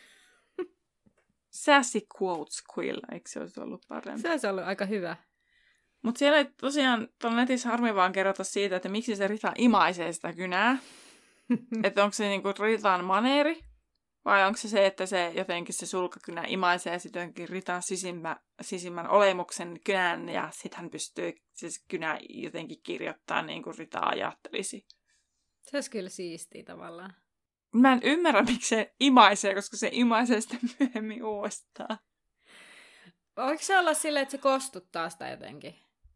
[SPEAKER 2] Sassy quotes quill, eikö se olisi ollut parempi?
[SPEAKER 1] Se olisi ollut aika hyvä.
[SPEAKER 2] Mutta siellä ei tosiaan tuolla netissä harmi vaan kerrota siitä, että miksi se Rita imaisee sitä kynää. Että onko se niinku Ritan maneeri, vai onko se että se jotenkin se sulkakynä imaisee sitten jotenkin Ritan sisimmän olemuksen kynän, ja sitten hän pystyy se kynä jotenkin kirjoittamaan niin kuin Rita ajattelisi.
[SPEAKER 1] Se olisi kyllä siistiä tavallaan.
[SPEAKER 2] Mä en ymmärrä, miksi se imaisee, koska se imaisee sitä myöhemmin uudestaan.
[SPEAKER 1] Voiko se olla silleen, että se kostuttaa sitä jotenkin?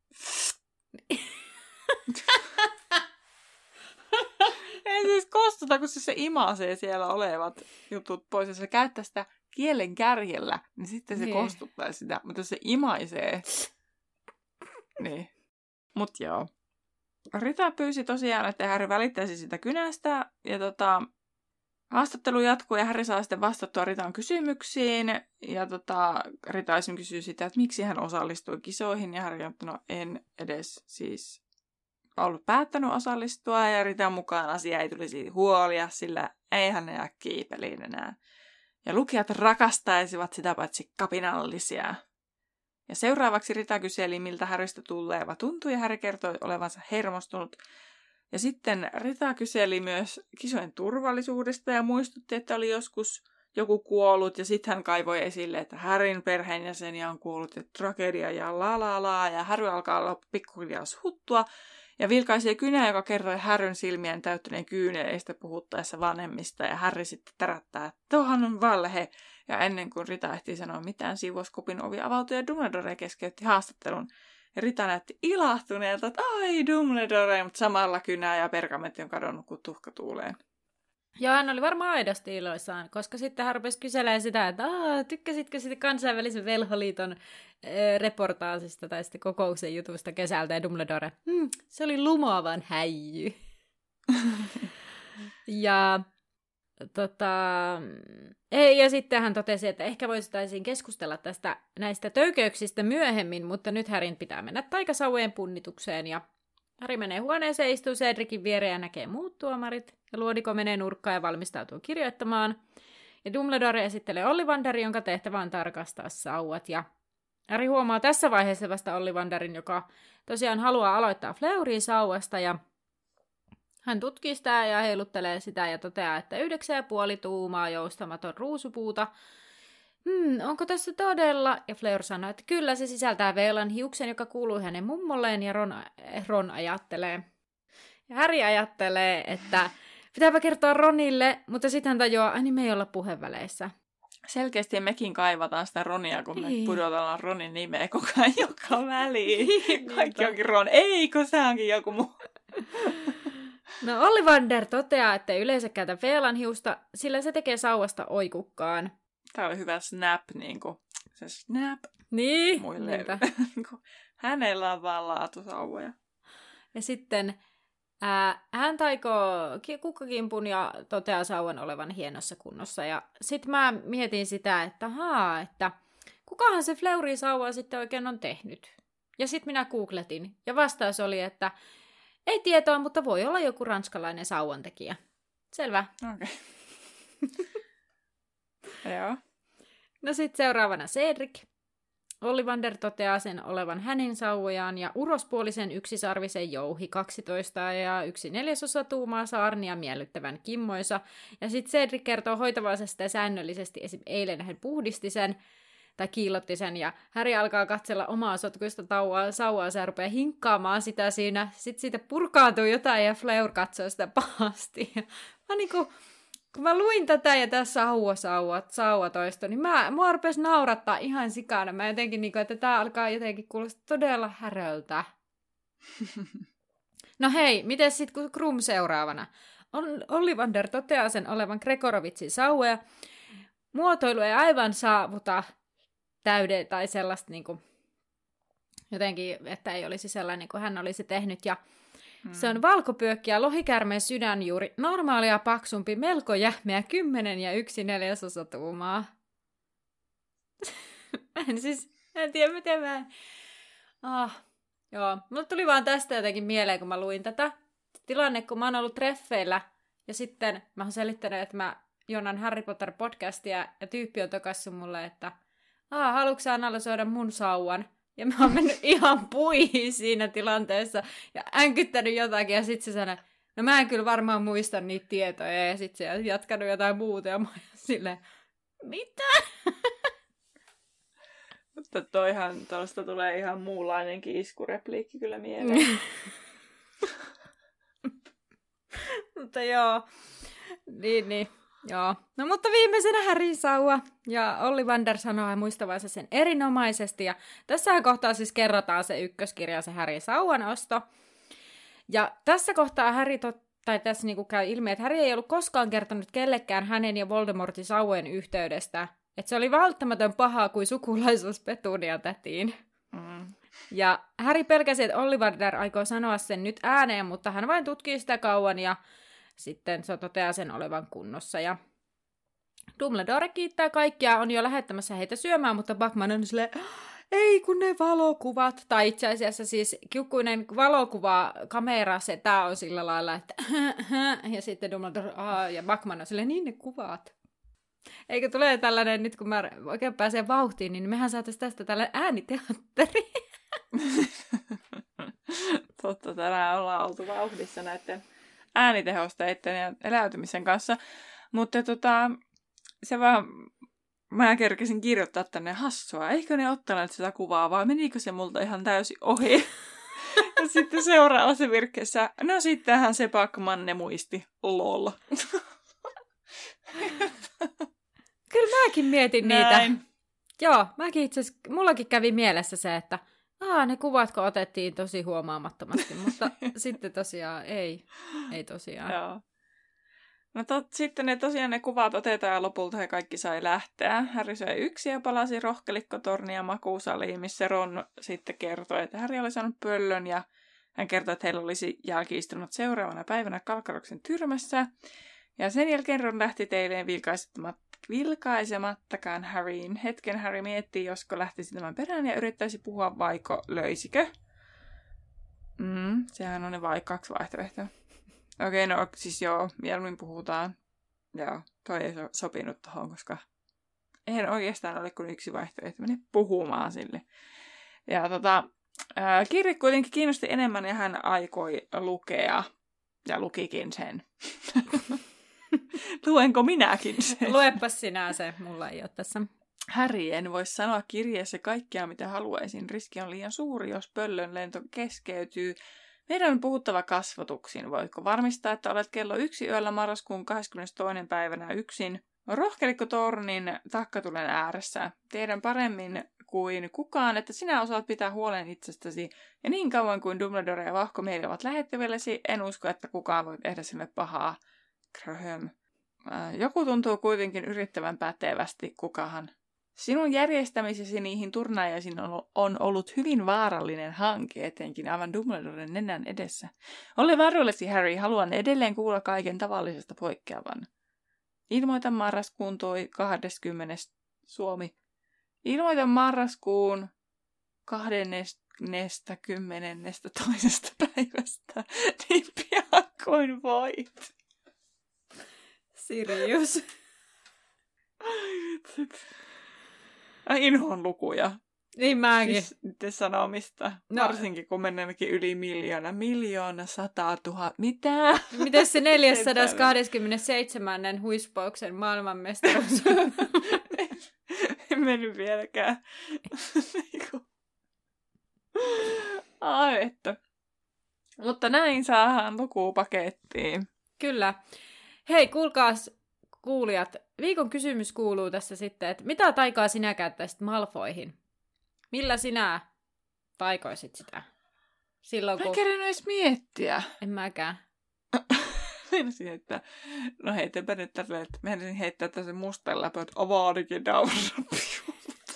[SPEAKER 2] Ei siis kostuta, kun se imaisee siellä olevat jutut pois. Jos se käyttää sitä kielen kärjellä, niin sitten se kostuttaa sitä. Mutta jos se imaisee, niin. Mut joo. Rita pyysi tosiaan, että Harry välittäisi sitä kynästä. Ja haastattelu jatkuu ja Harry saa sitten vastattua Ritan kysymyksiin. Ja Rita esimerkiksi kysyy sitä, että miksi hän osallistui kisoihin. Ja Harry on, että no en edes siis ollut päättänyt osallistua. Ja Ritan mukaan asia ei tulisi huolia, sillä eihän ne jää kiipeliin enää. Ja lukijat rakastaisivat sitä paitsi kapinallisia. Ja seuraavaksi Rita kyseli, miltä Harrystä tulleeva tuntui, ja Harry kertoi olevansa hermostunut. Ja sitten Rita kyseli myös kisojen turvallisuudesta ja muistutti, että oli joskus joku kuollut. Ja sitten hän kaivoi esille, että Harryn perheenjäseniä on kuollut ja tragedia ja la. Ja Harry alkaa olla pikkuhiljaa suuttua. Ja vilkaisi kynä, joka kertoi Harryn silmien täyttyneen kyyneleistä puhuttaessa vanhemmista. Ja Harry sitten tärättää, että tuohan on valhe. Ja ennen kuin Rita ehtii sanoa mitään, siivouskopin ovi avautui ja Dumbledore keskeytti haastattelun. Ja Rita näytti ilahtuneelta, että ai Dumbledore, mutta samalla kynä ja pergamentti on kadonnut kuin tuhka tuuleen.
[SPEAKER 1] Joo, hän oli varmaan aidosti iloissaan, koska sitten hän rupesi kyselemään sitä, että tykkäsitkö sitten kansainvälisen velholiiton reportaasista tai sitten kokouksen jutusta kesältä, ja Dumbledore, se oli lumoavan häijy. ja ja sitten hän totesi, että ehkä voitaisiin keskustella näistä töykeyksistä myöhemmin, mutta nyt Harryn pitää mennä taikasauvojen punnitukseen, ja Harry menee huoneeseen, istuu Cedricin viereen ja näkee muut tuomarit, ja Luodiko menee nurkkaan ja valmistautuu kirjoittamaan. Ja Dumbledore esittelee Ollivanderin, jonka tehtävä on tarkastaa sauvat, ja Harry huomaa tässä vaiheessa vasta Ollivanderin, joka tosiaan haluaa aloittaa Fleuria sauvasta, ja hän tutkii sitä ja heiluttelee sitä ja toteaa, että 9,5 tuumaa joustamaton ruusupuuta. Onko tässä todella? Ja Fleur sanoo, että kyllä se sisältää Veelan hiuksen, joka kuuluu hänen mummolleen, ja Ron ajattelee. Ja Harry ajattelee, että pitääpä kertoa Ronille, mutta sitten hän tajuaa, niin me ei olla puheväleissä.
[SPEAKER 2] Selkeästi mekin kaivataan sitä Ronia, kun me pudotellaan Ronin nimeä koko ajan joka väliin. Kaikki onkin Ron. Ei, kun se onkin joku muu.
[SPEAKER 1] No Ollivander toteaa, että ei yleensä käytä Veelan hiusta, sillä se tekee sauvasta oikukkaan.
[SPEAKER 2] Tämä oli hyvä snap, niinku. Se snap.
[SPEAKER 1] Niin,
[SPEAKER 2] muille. Hänellä on vaan laatusauvoja.
[SPEAKER 1] Ja sitten hän taikoo kukkakimpun ja toteaa sauvan olevan hienossa kunnossa. Ja sitten mä mietin sitä, että kukahan se Fleury-sauva sitten oikein on tehnyt? Ja sitten minä googletin, ja vastaus oli, että ei tietoa, mutta voi olla joku ranskalainen sauvantekijä. Selvä.
[SPEAKER 2] Okei. Joo.
[SPEAKER 1] No sitten seuraavana Cedric. Ollivander toteaa sen olevan hänen sauvojaan ja urospuolisen yksisarvisen jouhi 12 ja 1/4 tuumaa saarnia miellyttävän kimmoisa. Ja sitten Cedric kertoo hoitavansa sitä säännöllisesti. Esim. Eilen hän puhdisti sen tai kiillotti sen ja Harry alkaa katsella omaa sotkuista sauvaa ja rupeaa hinkkaamaan sitä siinä. Sitten siitä purkaantuu jotain ja Fleur katsoo sitä pahasti. Mä niinku... Kun mä luin tätä ja tässä sauvatoisto, niin mua rupesi naurattaa ihan sikana. Mä jotenkin, niin kuin, että tää alkaa jotenkin kuulostaa todella häröltä. No hei, miten sitten Krum seuraavana? Ollivander toteaa sen olevan Gregorovitsin sauvoja. Muotoilu ei aivan saavuta tai sellaista niin kuin, jotenkin, että ei olisi sellainen kuin hän olisi tehnyt. Ja se on valkopyökki ja lohikärmeen sydänjuuri, normaalia paksumpi, melko jähmeä, 10 ja 1/4 tuumaa. En tiedä miten mä... Joo, mulle tuli vaan tästä jotenkin mieleen, kun mä luin tätä. Tilanne, kun mä oon ollut treffeillä, ja sitten mä oon selittänyt, että mä jonan Harry Potter-podcastia, ja tyyppi on tokassut mulle, että haluatko sä analysoida mun sauvan? Ja mä oon mennyt ihan puihin siinä tilanteessa ja änkyttänyt jotakin ja sit se sanoi, no mä en kyllä varmaan muista niitä tietoja ja sit se jatkanut jotain muuta ja mä oon silleen, mitä?
[SPEAKER 2] Mutta tuosta tulee ihan muunlainenkin iskurepliikki kyllä mieleen.
[SPEAKER 1] Mutta joo, niin. Joo. No mutta viimeisenä Harryn sauva. Ja Ollivander sanoo muistavansa sen erinomaisesti. Ja tässä kohtaa siis kerrotaan se ykköskirja, se Harryn sauvan osto. Ja tässä kohtaa tässä niinku käy ilmi, että Harry ei ollut koskaan kertonut kellekään hänen ja Voldemortin sauvojen yhteydestä. Että se oli välttämätön pahaa kuin sukulaisuus Petunian tätiin. Ja Harry pelkäsi, että Ollivander aikoo sanoa sen nyt ääneen, mutta hän vain tutkii sitä kauan ja sitten se toteaa sen olevan kunnossa. Ja Dumbledore kiittää kaikkia, on jo lähettämässä heitä syömään, mutta Buckman on silleen, ei kun ne valokuvat. Tai itse asiassa siis kiukkuinen valokuvakamera, se tää on sillä lailla, että ja sitten Dumbledore, ja Buckman on silleen, niin ne kuvat. Eikö tule tällainen, nyt kun mä oikein pääsen vauhtiin, niin mehän saataisiin tästä tällainen ääniteatteri.
[SPEAKER 2] Totta, tänään ollaan oltu vauhdissa näiden äänitehosteiden ja eläytymisen kanssa. Mutta se vaan, mä kerkesin kirjoittaa tänne hassua. Eikö ne ottaneet sitä kuvaa, vai menikö se multa ihan täysin ohi? Ja sitten seuraavassa virkkeessä, no sittenhän se Buckman ne muisti, lol.
[SPEAKER 1] Kyllä mäkin mietin
[SPEAKER 2] Näin.
[SPEAKER 1] niitä. Joo, mäkin itse asiassa, mullakin kävi mielessä se, että ne kuvatko otettiin tosi huomaamattomasti, mutta sitten tosiaan ei tosiaan.
[SPEAKER 2] Joo. No sitten ne kuvat otetaan ja lopulta he kaikki sai lähteä. Harry söi yksi ja palasi rohkelikkotornia makuusaliin, missä Ron sitten kertoi, että Harry oli saanut pöllön ja hän kertoi, että heillä olisi jälki-istunut seuraavana päivänä Kalkaroksen tyrmässä. Ja sen jälkeen Ron lähti teilleen vilkaisemattakaan Harryin. Hetken Harry miettii, josko lähtisi tämän perään ja yrittäisi puhua vaiko löisikö. Sehän on ne kaksi vaihtoehtoa. Okei, no siis joo, mieluummin puhutaan. Joo, toi ei sopinut tohon, koska eihän oikeastaan ole kuin yksi vaihtoehto. Mene puhumaan sille. Ja kirje kuitenkin kiinnosti enemmän ja hän aikoi lukea. Ja lukikin sen. Luenko minäkin sen?
[SPEAKER 1] Luepas sinä se, mulla ei ole tässä.
[SPEAKER 2] Harry, en voi sanoa kirjeessä kaikkea, mitä haluaisin. Riski on liian suuri, jos pöllön lento keskeytyy. Meidän on puhuttava kasvotuksin. Voitko varmistaa, että olet kello 1 yöllä marraskuun 22. päivänä yksin? Rohkelikko Tornin takkatulen ääressä. Tiedän paremmin kuin kukaan, että sinä osaat pitää huolen itsestäsi. Ja niin kauan kuin Dumbledore ja Vahkomieli ovat lähettävillesi, en usko, että kukaan voi tehdä sille pahaa. Graham. Joku tuntuu kuitenkin yrittävän pätevästi, kukahan. Sinun järjestämisesi niihin turnaajaisiin on ollut hyvin vaarallinen hanke, etenkin aivan Dumbledoren nenän edessä. Ole varuillesi, Harry, haluan edelleen kuulla kaiken tavallisesta poikkeavan. Ilmoita marraskuun 20. Suomi. Ilmoita marraskuun 20. päivästä niin pian kuin voit.
[SPEAKER 1] Sirius.
[SPEAKER 2] Inhoon lukuja.
[SPEAKER 1] Niin mäkin.
[SPEAKER 2] Siis niiden sanomista. No. Varsinkin kun meneekin yli 1,100 000. Mitä?
[SPEAKER 1] Miten se 427. huispauksen maailmanmestaruus?
[SPEAKER 2] En mennyt vieläkään. Ai että. Mutta näin saadaan lukupakettiin.
[SPEAKER 1] Kyllä. Hei, kuulkaas kuulijat. Viikon kysymys kuuluu tässä sitten, että mitä taikaa sinä käyttäisit Malfoihin? Millä sinä taikoisit sitä? Silloin, kun...
[SPEAKER 2] Mä en kerännyt edes miettiä.
[SPEAKER 1] En mäkään.
[SPEAKER 2] Meinasin, että... No heitänpä nyt tälleen, että meinasin heittää tässä mustan läpö, että avaarikin daurapiu.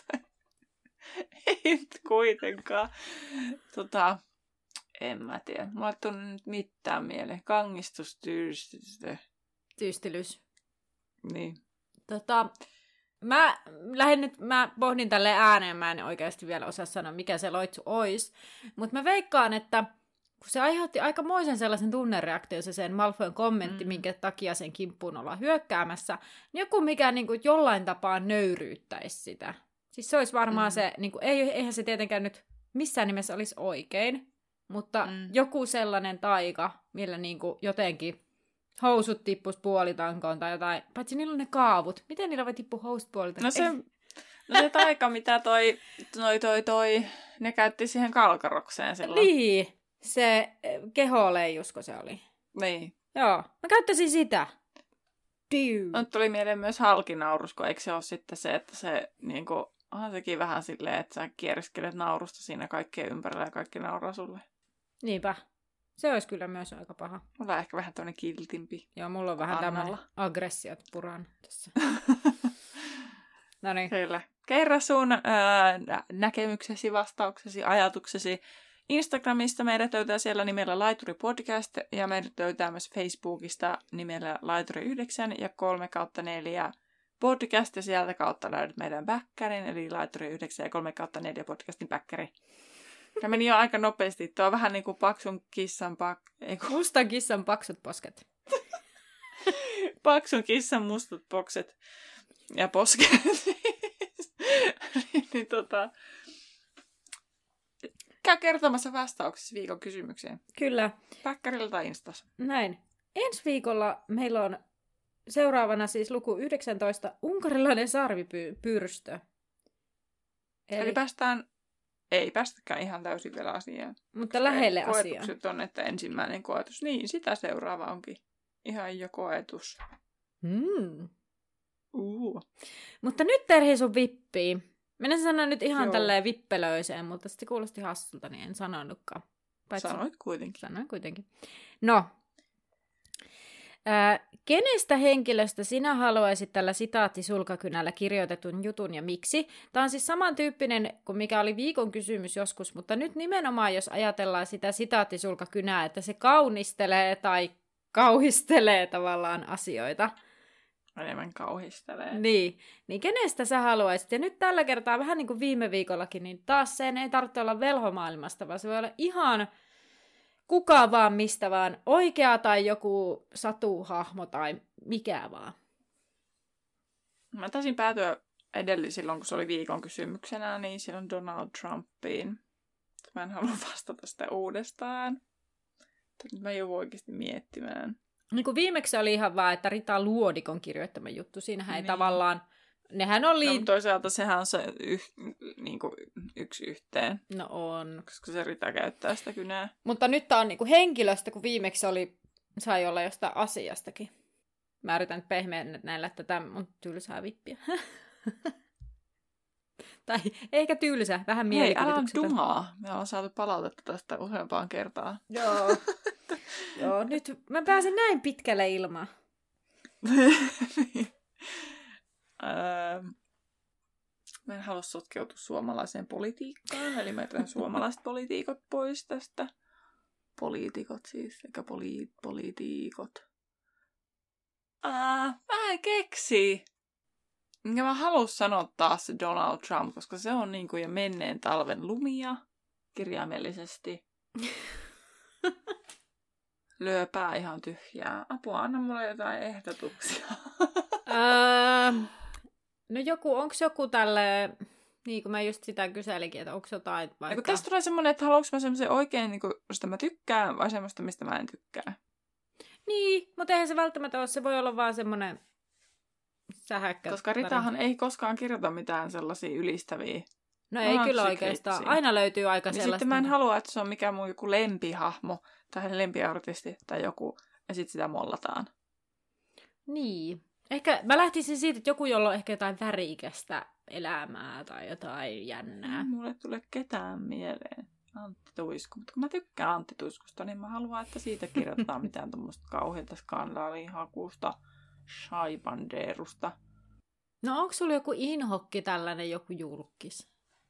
[SPEAKER 2] Ei nyt kuitenkaan. En mä tiedä. Mulla ei tullut nyt mitään mieleen. Kangistustyystystö.
[SPEAKER 1] Tyystilys.
[SPEAKER 2] Niin.
[SPEAKER 1] Mä pohdin tälleen ääneen, mä en oikeasti vielä osaa sanoa, mikä se loitsu ois. Mutta mä veikkaan, että kun se aiheutti aikamoisen sellaisen tunnereaktion, se sen Malfoyn kommentti, minkä takia sen kimppuun ollaan hyökkäämässä, niin joku mikä niin kuin jollain tapaa nöyryyttäisi sitä. Siis se olisi varmaan se, niin kuin, eihän se tietenkään nyt missään nimessä olisi oikein, mutta joku sellainen taika, millä niin kuin jotenkin housut tippus puolitankoon tai jotain. Paitsi niillä on ne kaavut. Miten niillä voi tippua housut puolitankoon?
[SPEAKER 2] No se taika, mitä ne käytti siihen kalkarokseen silloin.
[SPEAKER 1] Niin, se keholeijusko se oli.
[SPEAKER 2] Niin.
[SPEAKER 1] Joo, mä käyttäisin sitä.
[SPEAKER 2] No, tuli mieleen myös halkinaurus, kun eikö se ole sitten se, että se niinku, onhan sekin vähän silleen, että sä kieriskelet naurusta siinä kaikkien ympärillä ja kaikki nauraa sulle.
[SPEAKER 1] Niinpä. Se olisi kyllä myös aika paha.
[SPEAKER 2] Mulla on ehkä vähän tämmöinen kiltimpi.
[SPEAKER 1] Joo, mulla on vähän tämmöinen aggressiot puran tässä. Noniin.
[SPEAKER 2] Kyllä. Kerro sun näkemyksesi, vastauksesi, ajatuksesi. Instagramista meidät löytää siellä nimellä Laituri Podcast ja meidät löytää myös Facebookista nimellä Laituri9 ja 3/4 podcast ja sieltä kautta löydät meidän bäkkärin eli Laituri9 ja 3/4 podcastin bäkkäri. Ja meni jo aika nopeasti. Tuo on vähän niin kuin paksun kissan
[SPEAKER 1] mustan kissan paksut posket.
[SPEAKER 2] Paksun kissan mustat bokset ja posket. niin, käy kertomassa vastauksessa viikon kysymykseen.
[SPEAKER 1] Kyllä.
[SPEAKER 2] Päkkärillä tai Instassa.
[SPEAKER 1] Näin. Ensi viikolla meillä on seuraavana siis luku 19, unkarilainen sarvipyrstö.
[SPEAKER 2] Eli ei päästäkään ihan täysin vielä asiaan.
[SPEAKER 1] Mutta lähelle asiaan.
[SPEAKER 2] Koetukset on, että ensimmäinen koetus. Niin, sitä seuraava onkin ihan jo koetus.
[SPEAKER 1] Mutta nyt Terhi sun vippiin. Minä sanon nyt ihan tälleen vippelöiseen, mutta sitten kuulosti hassulta, niin en sanonutkaan.
[SPEAKER 2] Sanoit kuitenkin.
[SPEAKER 1] Sanoin kuitenkin. No. Kenestä henkilöstä sinä haluaisit tällä sitaattisulkakynällä kirjoitetun jutun ja miksi? Tämä on siis samantyyppinen kuin mikä oli viikon kysymys joskus, mutta nyt nimenomaan jos ajatellaan sitä sitaattisulkakynää, että se kaunistelee tai kauhistelee tavallaan asioita.
[SPEAKER 2] Enemmän kauhistelee.
[SPEAKER 1] Niin kenestä sä haluaisit? Ja nyt tällä kertaa, vähän niin kuin viime viikollakin, niin taas sen ei tarvitse olla velhomaailmasta, vaan se voi olla ihan kuka vaan, mistä vaan, oikea tai joku satuhahmo tai mikä vaan.
[SPEAKER 2] Mä taisin päätyä silloin, kun se oli viikon kysymyksenä, niin silloin Donald Trumpiin. Mä en halua vastata sitä uudestaan. Nyt mä joudun oikeasti miettimään.
[SPEAKER 1] Niin kuin viimeksi oli ihan vaan, että Rita Luodikon kirjoittama juttu. Siinähän ei tavallaan... Nehän oli...
[SPEAKER 2] No, toisaalta sehän on se yksi yhteen.
[SPEAKER 1] No on.
[SPEAKER 2] Koska se Rita käyttää sitä kynää.
[SPEAKER 1] Mutta nyt tää on niinku henkilöstä, kun viimeksi sai olla jostain asiastakin. Mä yritän nyt pehmeennellä tätä mun tylsää vippiä. Tai ehkä tylsä, vähän mielikuvitukset.
[SPEAKER 2] Hei, älä dumaa. Me ollaan saatu palautetta tästä useampaan kertaan.
[SPEAKER 1] Joo. Joo, nyt mä pääsen näin pitkälle ilmaan.
[SPEAKER 2] Mä en halua sotkeutua suomalaiseen politiikkaan, eli mä jätän suomalaiset poliitikot pois tästä. Poliitikot siis, eikä poliitikot. Mä en keksi. Ja mä haluan sanoa taas se Donald Trump, koska se on niin kuin jo menneen talven lumia kirjaimellisesti. Lyö pää ihan tyhjää. Apua, anna mulle jotain ehdotuksia.
[SPEAKER 1] No onko joku tälle, niin kuin mä just sitä kyselikin, että onko jotain vaikka...
[SPEAKER 2] Ja tästä tulee semmoinen, että haluanko mä semmoisen oikein, niin kuin, josta mä tykkään, vai semmoista, mistä mä en tykkää.
[SPEAKER 1] Niin, mutta eihän se välttämättä ole, se voi olla vaan semmoinen sähäkkä.
[SPEAKER 2] Koska Ritahan ei koskaan kirjoita mitään sellaisia ylistäviä.
[SPEAKER 1] No ei kyllä oikeastaan. Aina löytyy aika
[SPEAKER 2] niin
[SPEAKER 1] sellaista.
[SPEAKER 2] Sitten mä en halua, että se on mikään mun joku lempihahmo tai lempiartisti tai joku, ja sitten sitä mollataan.
[SPEAKER 1] Niin. Ehkä mä lähtisin siitä, että joku, jolla on ehkä jotain värikästä elämää tai jotain jännää.
[SPEAKER 2] Mulle ei tule ketään mieleen. Antti Tuisku. Mutta kun mä tykkään Antti Tuiskusta, niin mä haluan, että siitä kirjoittaa mitään tuommoista kauheita skandaalihakuusta, shaibandeerusta.
[SPEAKER 1] No onko sulla joku inhokki tällainen joku julkis?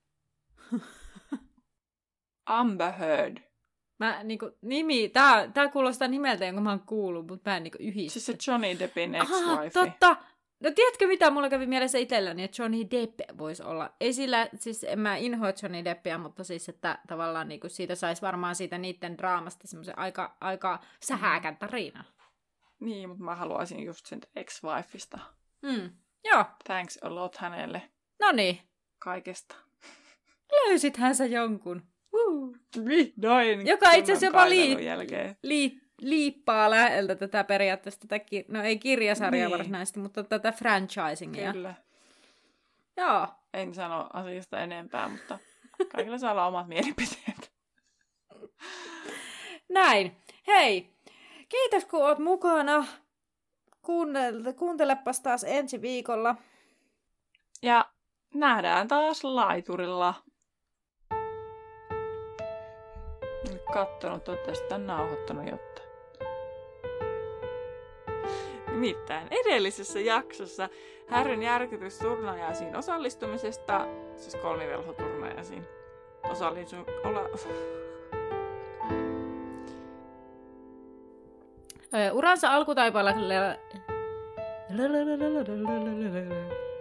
[SPEAKER 2] Amber Heard.
[SPEAKER 1] Mä tää kuulostaa nimeltä, jonka mä oon kuullut, mutta mä en yhdistä.
[SPEAKER 2] Siis se Johnny Deppin ex-wife.
[SPEAKER 1] Totta! No tiedätkö mitä mulla kävi mielessä itselläni, että Johnny Depp voisi olla. Ei sillä, siis en mä inhoa Johnny Deppia, mutta siis, että tavallaan niin siitä saisi varmaan siitä niiden draamasta semmoisen aika sähäkän tarinan.
[SPEAKER 2] Niin, mutta mä haluaisin just sen ex-wifeista.
[SPEAKER 1] Joo.
[SPEAKER 2] Thanks a lot hänelle.
[SPEAKER 1] Noniin.
[SPEAKER 2] Kaikesta.
[SPEAKER 1] Löysithän sä jonkun.
[SPEAKER 2] Vihdoin.
[SPEAKER 1] Joka itse asiassa jopa liippaa läheltä tätä periaatteessa, no ei kirjasarjaa varsinaisesti, mutta tätä franchisingia.
[SPEAKER 2] Kyllä.
[SPEAKER 1] Joo.
[SPEAKER 2] En sano asiasta enempää, mutta kaikilla saa olla omat mielipiteet.
[SPEAKER 1] Näin. Hei, kiitos kun oot mukana. Kuuntelepas taas ensi viikolla.
[SPEAKER 2] Ja nähdään taas laiturilla. Nyt kattonut, toivottavasti tämän nauhoittanut jotta. Nimittäin edellisessä jaksossa Härryn järkytys turnajaisiin osallistumisesta, siis kolmivelhoturnajaisiin
[SPEAKER 1] Uransa alkutaipaalla